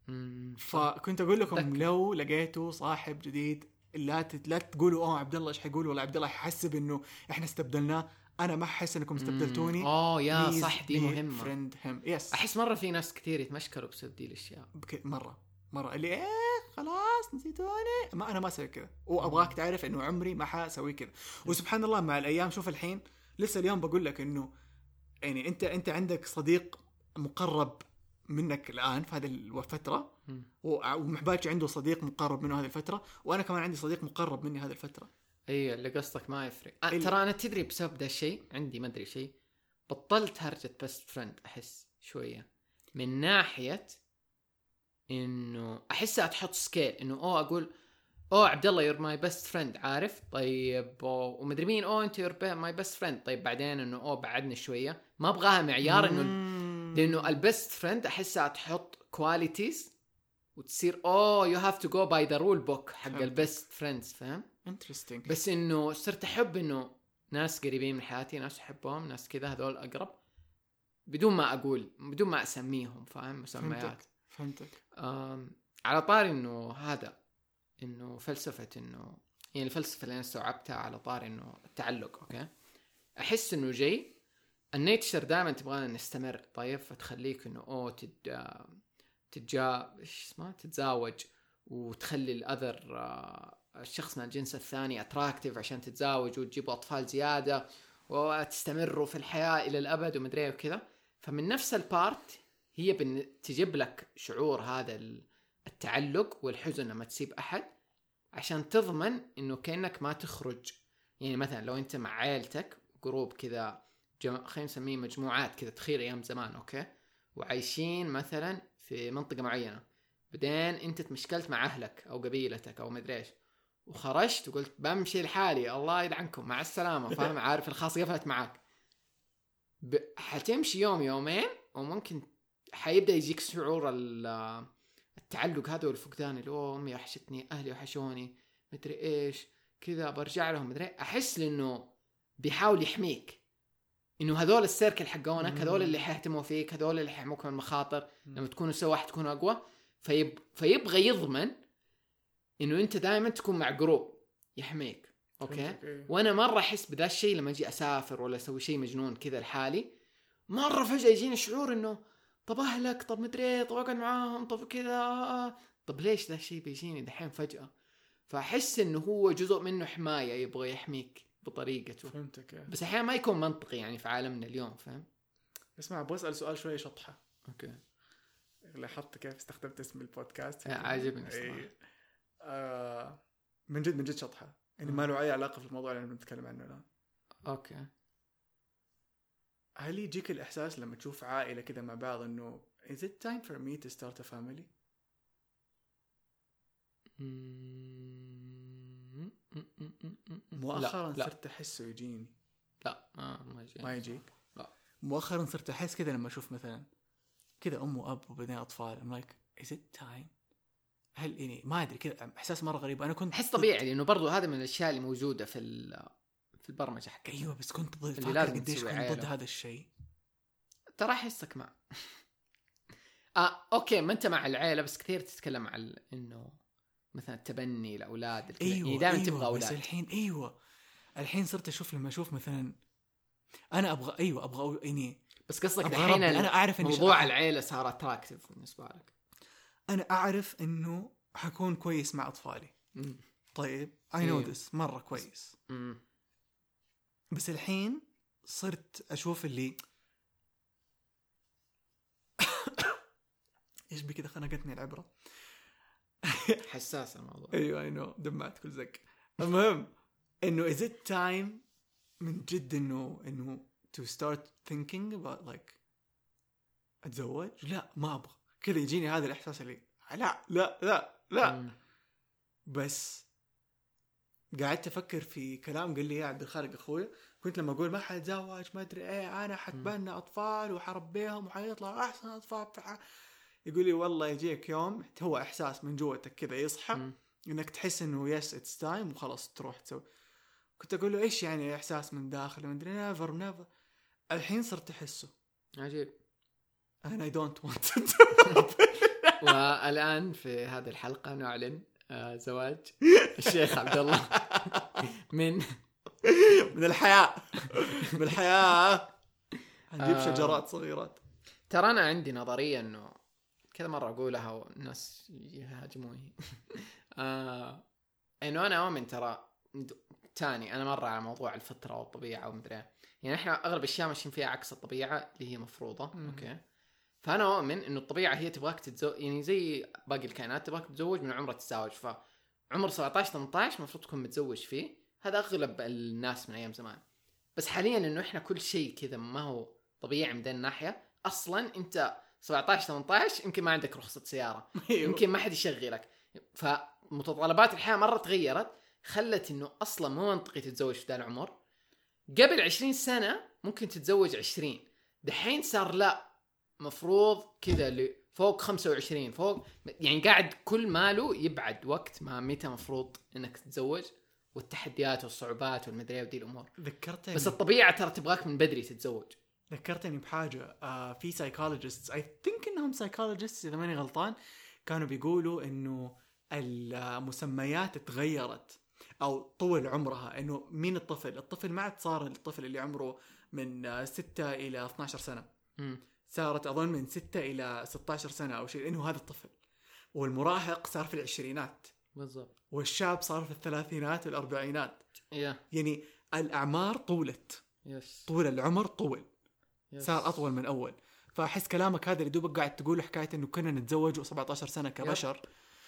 S1: فكنت أقول لكم لو لقيتوا صاحب جديد لا تقولوا عبد الله إيش حيقول، ولا عبد الله حيحسب إنه إحنا استبدلناه. أنا ما أحس إنكم استبدلتوني.
S2: يا صح دي مهمة.
S1: friend him. yes.
S2: أحس مرة في ناس كثير يتمشكلوا بسبب دي الأشياء.
S1: مرة اللي خلاص نسيتوني، ما أنا ما أسوي كذا، وأبغاك تعرف إنه عمري ما حاسوي كذا. وسبحان الله مع الأيام، شوف الحين لسه اليوم بقول لك إنه يعني أنت عندك صديق مقرب منك الآن في هذه الفترة، ومحباتي عنده صديق مقرب منه هذه الفترة، وأنا كمان عندي صديق مقرب مني هذه الفترة.
S2: أيه اللي قصدك ما يفرق. ترى أنا تدري بسبب ده الشيء عندي ما أدري شيء، بطلت هرجة بست فريند. أحس شوية من ناحية إنه أحسها تحط سكيل إنه أقول عبد الله يور ماي بيست فريند، عارف طيب، ومدري مين أنت يور ماي بيست فريند، طيب بعدين إنه بعدني شوية، ما أبغاها معيار إنه لأنه البيست فريند أحسها تحط كواليتيز وتصير you have to go by the rule book حق البيست فريندز، فهم؟
S1: interesting.
S2: بس إنه صرت أحب إنه ناس قريبين من حياتي، ناس أحبهم، ناس كذا هذول أقرب، بدون ما أسميهم، فاهم؟ مسميات.
S1: فهمتك.
S2: على طاري إنه هذا إنه فلسفة إنه يعني الفلسفة اللي أنا استوعبتها على طاري إنه التعلق. أوكي، أحس إنه جاي النيتشر دائما تبغانا نستمر، طيب فتخليك إنه تتزاوج وتخلي الأذر الشخص من الجنس الثاني أتراكتيف عشان تتزاوج وتجيبوا أطفال زيادة وتستمروا في الحياة إلى الأبد ومدري وكذا. فمن نفس البارت هي تجيب لك شعور هذا التعلق والحزن لما تسيب أحد، عشان تضمن إنه كأنك ما تخرج. يعني مثلا لو أنت مع عائلتك جروب كذا، خلينا نسميه مجموعات كذا، تخيل أيام زمان أوكي، وعايشين مثلا في منطقة معينة، بعدين أنت تمشكلت مع أهلك أو قبيلتك أو مدري إيش، وخرجت وقلت بمشي لحالي الله يلعنكم مع السلامة، فاهم؟ عارف الخاص قفلت معاك، حتمشي يوم يومين وممكن حيبدأ يجيك شعور التعلق هذا والفقدان، اللي أمي وحشتني، أهلي وحشوني، مدري إيش كذا، برجع لهم مدري. أحس لأنه بيحاول يحميك، إنه هذول السيركل حقونك، هذول اللي حيهتموا فيك، هذول اللي حيحموك من المخاطر، لما تكونوا سوا حتكونوا أقوى. فيبغى يضمن إنه أنت دائما تكون مع جروب يحميك. أوكي. وأنا مرة أحس بذا الشيء لما أجي أسافر ولا أسوي شيء مجنون كذا لحالي، مرة فجأة يجيني شعور إنه طب أهلك، طب مدري، طب أقعد معاهم، طب كذا، طب ليش ذا الشيء بيجيني دحين فجأة؟ فأحس إنه هو جزء منه حماية، يبغى يحميك بطريقته.
S1: فهمتك.
S2: بس أحيانا ما يكون منطقي يعني في عالمنا اليوم، فهم؟
S1: اسمع، بسأل سؤال شوية شطحة.
S2: أوكي.
S1: لاحظت كيف استخدمت اسم البودكاست؟
S2: عاجبني صراحة.
S1: من جد شطحة، يعني ما له أي علاقة في الموضوع اللي بنتكلم عنه الآن.
S2: أوكي.
S1: هل يجيك الإحساس لما تشوف عائلة كذا مع بعض إنه is it time for me to start a family؟ مؤخرا صرت احسه يجيني.
S2: لا
S1: ما يجيك.
S2: لا
S1: مؤخرا صرت احس كذا لما اشوف مثلا كذا ام واب وبعدين اطفال I'm like is it time. هل يعني ما ادري كذا احساس مره غريب. انا كنت
S2: احس طبيعي لانه برضو هذا من الاشياء اللي موجوده في البرمجه حقتها.
S1: ايوه بس كنت ضد.
S2: اللي لازم
S1: قديش كنت ضد هذا الشيء.
S2: ترى احسك مع اوكي ما انت مع العيله بس كثير تتكلم عن انه مثلا التبني الاولاد يعني دائما تبغى اولاد.
S1: بس الحين الحين صرت اشوف لما اشوف مثلا انا ابغى يعني
S2: بس قصدك الحين
S1: انا اعرف ان
S2: موضوع العيله صار اتراكتيف بالنسبه لك.
S1: انا اعرف انه حكون كويس مع اطفالي. طيب I know this مرة كويس. بس الحين صرت اشوف اللي ايش بكذا خنقتني العبرة.
S2: حساس الموضوع.
S1: ايوه I know دمعت كل زق. المهم انه is it time من جد انه to start thinking about like اتزوج. لا ما ابغى كذا يجيني هذا الاحساس اللي لا بس قاعدت افكر في كلام قال لي يا عبد الخالق اخوي. كنت لما اقول ما حتزوج ما ادري ايه انا حتبنى اطفال وحربيهم وحيطلع احسن اطفال يقول لي والله يجيك يوم هو احساس من جوتك كذا يصحى انك تحس انه يس اتس تايم وخلاص تروح تسوي. كنت اقول له ايش يعني احساس من داخل ما ادري نيفر. الحين صرت احسه.
S2: عجيب.
S1: and I don't want to do it.
S2: والآن في هذه الحلقة نعلن زواج الشيخ عبد الله من
S1: الحياة. هنجيب شجرات صغيرات.
S2: ترى أنا عندي نظرية إنه كذا مرة أقولها والناس يهاجموني. إنه أنا أؤمن ترى تاني أنا مرة على موضوع الفطرة والطبيعة ومدري يعني إحنا أغلب الأشياء ماشيين فيها عكس الطبيعة اللي هي مفروضة. أوكي فأنا أؤمن إنه الطبيعة هي تبغاك تتزوج يعني زي باقي الكائنات تبغاك تتزوج من عمر التزاوج. فعمر 17-18 مفروض تكون متزوج فيه. هذا أغلب الناس من أيام زمان. بس حاليا إنه إحنا كل شيء كذا ما هو طبيعي من ذا الناحية. أصلا أنت 17-18 يمكن ما عندك رخصة سيارة يمكن ما حد يشغلك. فمتطلبات الحياة مرة تغيرت خلت إنه أصلا مو منطقي تتزوج في ذا العمر. قبل 20 سنة ممكن تتزوج 20. دحين صار لا مفروض كذا اللي فوق 25 فوق يعني قاعد كل ماله يبعد وقت ما متى مفروض انك تتزوج والتحديات والصعوبات والمدري ودي الامور.
S1: ذكرتني
S2: بس الطبيعه ترى تبغاك من بدري تتزوج.
S1: ذكرتني بحاجه في سايكولوجيستس I think انهم سايكولوجيستس اذا ماني غلطان كانوا بيقولوا انه المسميات تغيرت او طول عمرها. انه مين الطفل ما عاد صار الطفل اللي عمره من 6 إلى 12 سنة صارت أظن من 6 إلى 16 سنة أو شيء. إنه هذا الطفل. والمراهق صار في العشرينات
S2: بالضبط.
S1: والشاب صار في الثلاثينات والأربعينات. يعني الأعمار طولت. طول العمر طول. صار أطول من أول. فأحس كلامك هذا اللي دوبك قاعد تقوله حكاية إنه كنا نتزوج 17 سنة كبشر.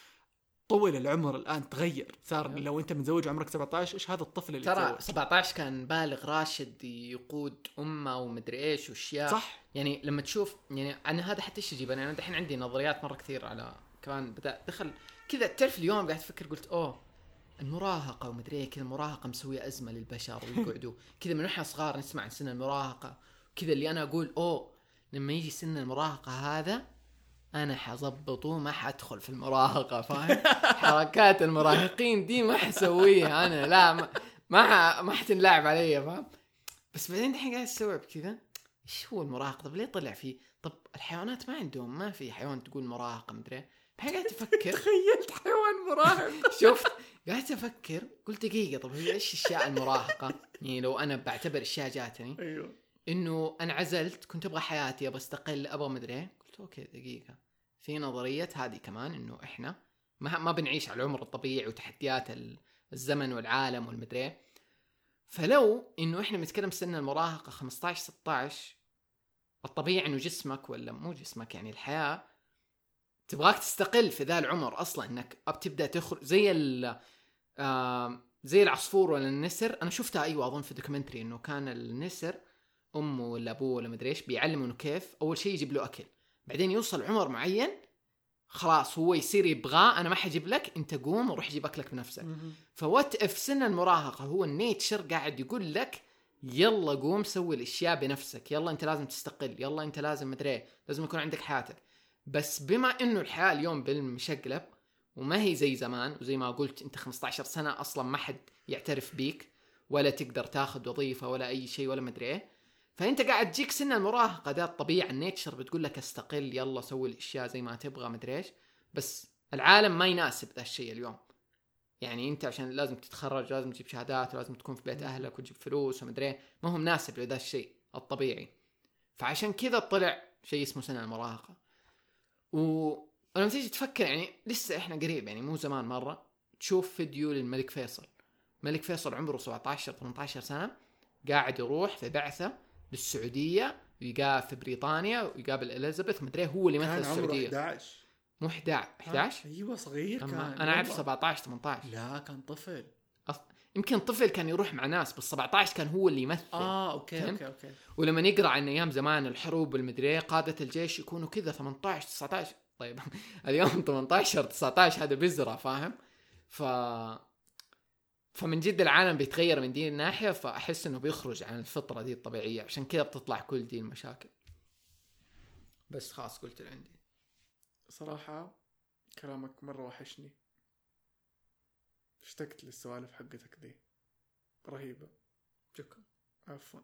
S1: طول العمر الآن تغير. صار لو أنت متزوج عمرك 17 إيش هذا الطفل اللي
S2: ترى 17 كان بالغ راشد يقود أمة ومدري إيش وأشياء.
S1: صح.
S2: يعني لما تشوف يعني أنا هذا حتى إيش يجيب أنا دحين عندي نظريات مرة كثير على كمان بدأ دخل كذا تعرف اليوم قاعد أفكر قلت المراهقة ومدري إيه كذا المراهقة مسوية أزمة للبشر ويقعدوا كذا من إحنا صغار نسمع عن سن المراهقة كذا اللي أنا أقول لما يجي سن المراهقة هذا أنا حضبطه ما حأدخل في المراهقة فاهم. حركات المراهقين دي ما حسويها أنا لا ما حتنلعب علي فاهم. بس بعدين دحين قاعد أستوعب كذا إيش هو المراهقة. طب ليه طلع فيه. طب الحيوانات ما عندهم ما في حيوان تقول مراهقة مدري. بحين قاعد أفكر
S1: تخيلت حيوان مراهق.
S2: شفت قاعد أفكر قلت دقيقة طب هي إيش أشياء المراهقة يعني لو أنا بعتبر أشياء جاتني
S1: أيوه
S2: إنه أنا عزلت كنت أبغى حياتي أبغى استقل أبغى مدري. قلت أوكي دقيقة في نظرية هذه كمان إنه إحنا ما بنعيش على العمر الطبيعي وتحديات الزمن والعالم والمدري. فلو إنه إحنا بنتكلم سن المراهقة 15-16 الطبيعي إنه جسمك ولا مو جسمك يعني الحياة تبغاك تستقل في ذا العمر أصلا إنك بتبدأ تخرج زي العصفور ولا النسر. أنا شفتها أظن في دوكيومنتري إنه كان النسر أمه ولا أبوه ولا مدري إيش بيعلمه إنه كيف أول شيء يجيب له أكل بعدين يوصل عمر معين خلاص هو يصير يبغاه، انا ما حجيب لك، انت قوم وروح جيب اكلك بنفسك. فوات اف سن المراهقه هو النيتشر قاعد يقول لك يلا قوم سوي الاشياء بنفسك، يلا انت لازم تستقل، يلا انت لازم مدري لازم يكون عندك حياتك. بس بما انه الحياه اليوم بالمشقلب وما هي زي زمان، وزي ما قلت انت 15 سنه اصلا ما حد يعترف بيك ولا تقدر تاخذ وظيفه ولا اي شيء ولا مدري ايه، فانت قاعد تجيك سن المراهقه، ده الطبيعه النيتشر بتقول لك استقل، يلا سوي الاشياء زي ما تبغى مدري ايش. بس العالم ما يناسب ذا الشيء اليوم. يعني انت عشان لازم تتخرج لازم تجيب شهادات ولازم تكون في بيت اهلك وتجيب فلوس ومدري ايه، ما هو مناسب لذا الشيء الطبيعي. فعشان كذا طلع شيء اسمه سن المراهقه. ولما تيجي تفكر يعني لسه احنا قريب، يعني مو زمان مره، تشوف فيديو للملك فيصل. ملك فيصل عمره 17-18 سنه، قاعد يروح في بعثه للسعوديه ويقابل في بريطانيا ويقابل إليزابيث مدري هو اللي مثل السعوديه.
S1: كان عمره 11
S2: مو 11
S1: ايوه صغير كان.
S2: انا اعرف 17-18.
S1: لا كان طفل.
S2: يمكن طفل كان يروح مع ناس، بس 17 كان هو اللي يمثل.
S1: اوكي.
S2: ولما نقرا عن ايام زمان الحروب والمدري قاده الجيش يكونوا كذا 18-19. طيب اليوم 18-19 هذا بزرة، فاهم؟ فمن جد العالم بيتغير من دي الناحيه، فاحس انه بيخرج عن الفطره دي الطبيعيه، عشان كذا بتطلع كل دي المشاكل. بس خلاص قلت اللي عندي.
S1: صراحه كلامك مره وحشني، اشتقت للسوالف حقتك دي رهيبه.
S2: شكرا.
S1: عفوا.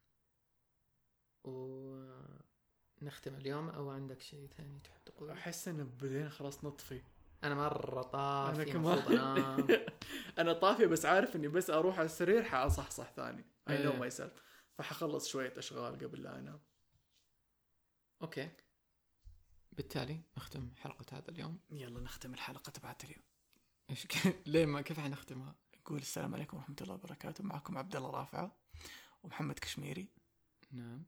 S2: ونختم اليوم او عندك شيء ثاني تحب تقوله؟
S1: احس ان بدينا خلاص نطفي.
S2: انا مره طافي.
S1: انا كمان انا طافي، بس عارف اني بس اروح على السرير حاصحصح ثاني. I know myself. فحخلص شويه اشغال قبل لا انام.
S2: اوكي، بالتالي نختم حلقه هذا اليوم.
S1: يلا نختم الحلقه تبعت اليوم.
S2: ايش ليه ما كيف حنختمها؟
S1: نقول السلام عليكم ورحمه الله وبركاته. معكم عبد الله رافعه ومحمد كشميري.
S2: نعم.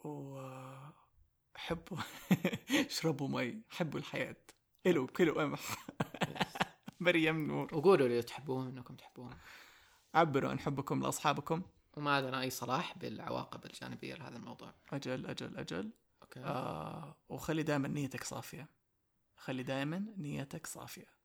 S1: وحبوا اشربوا مي، حبوا الحياه، إلو كيلو قمح. مريم نور.
S2: وقولوا لي تحبون انكم تحبون،
S1: عبروا عن حبكم لاصحابكم،
S2: وما لنا اي صلاح بالعواقب الجانبيه لهذا الموضوع.
S1: اجل.
S2: اوكي.
S1: وخلي دائما نيتك صافيه، خلي دائما نيتك صافيه.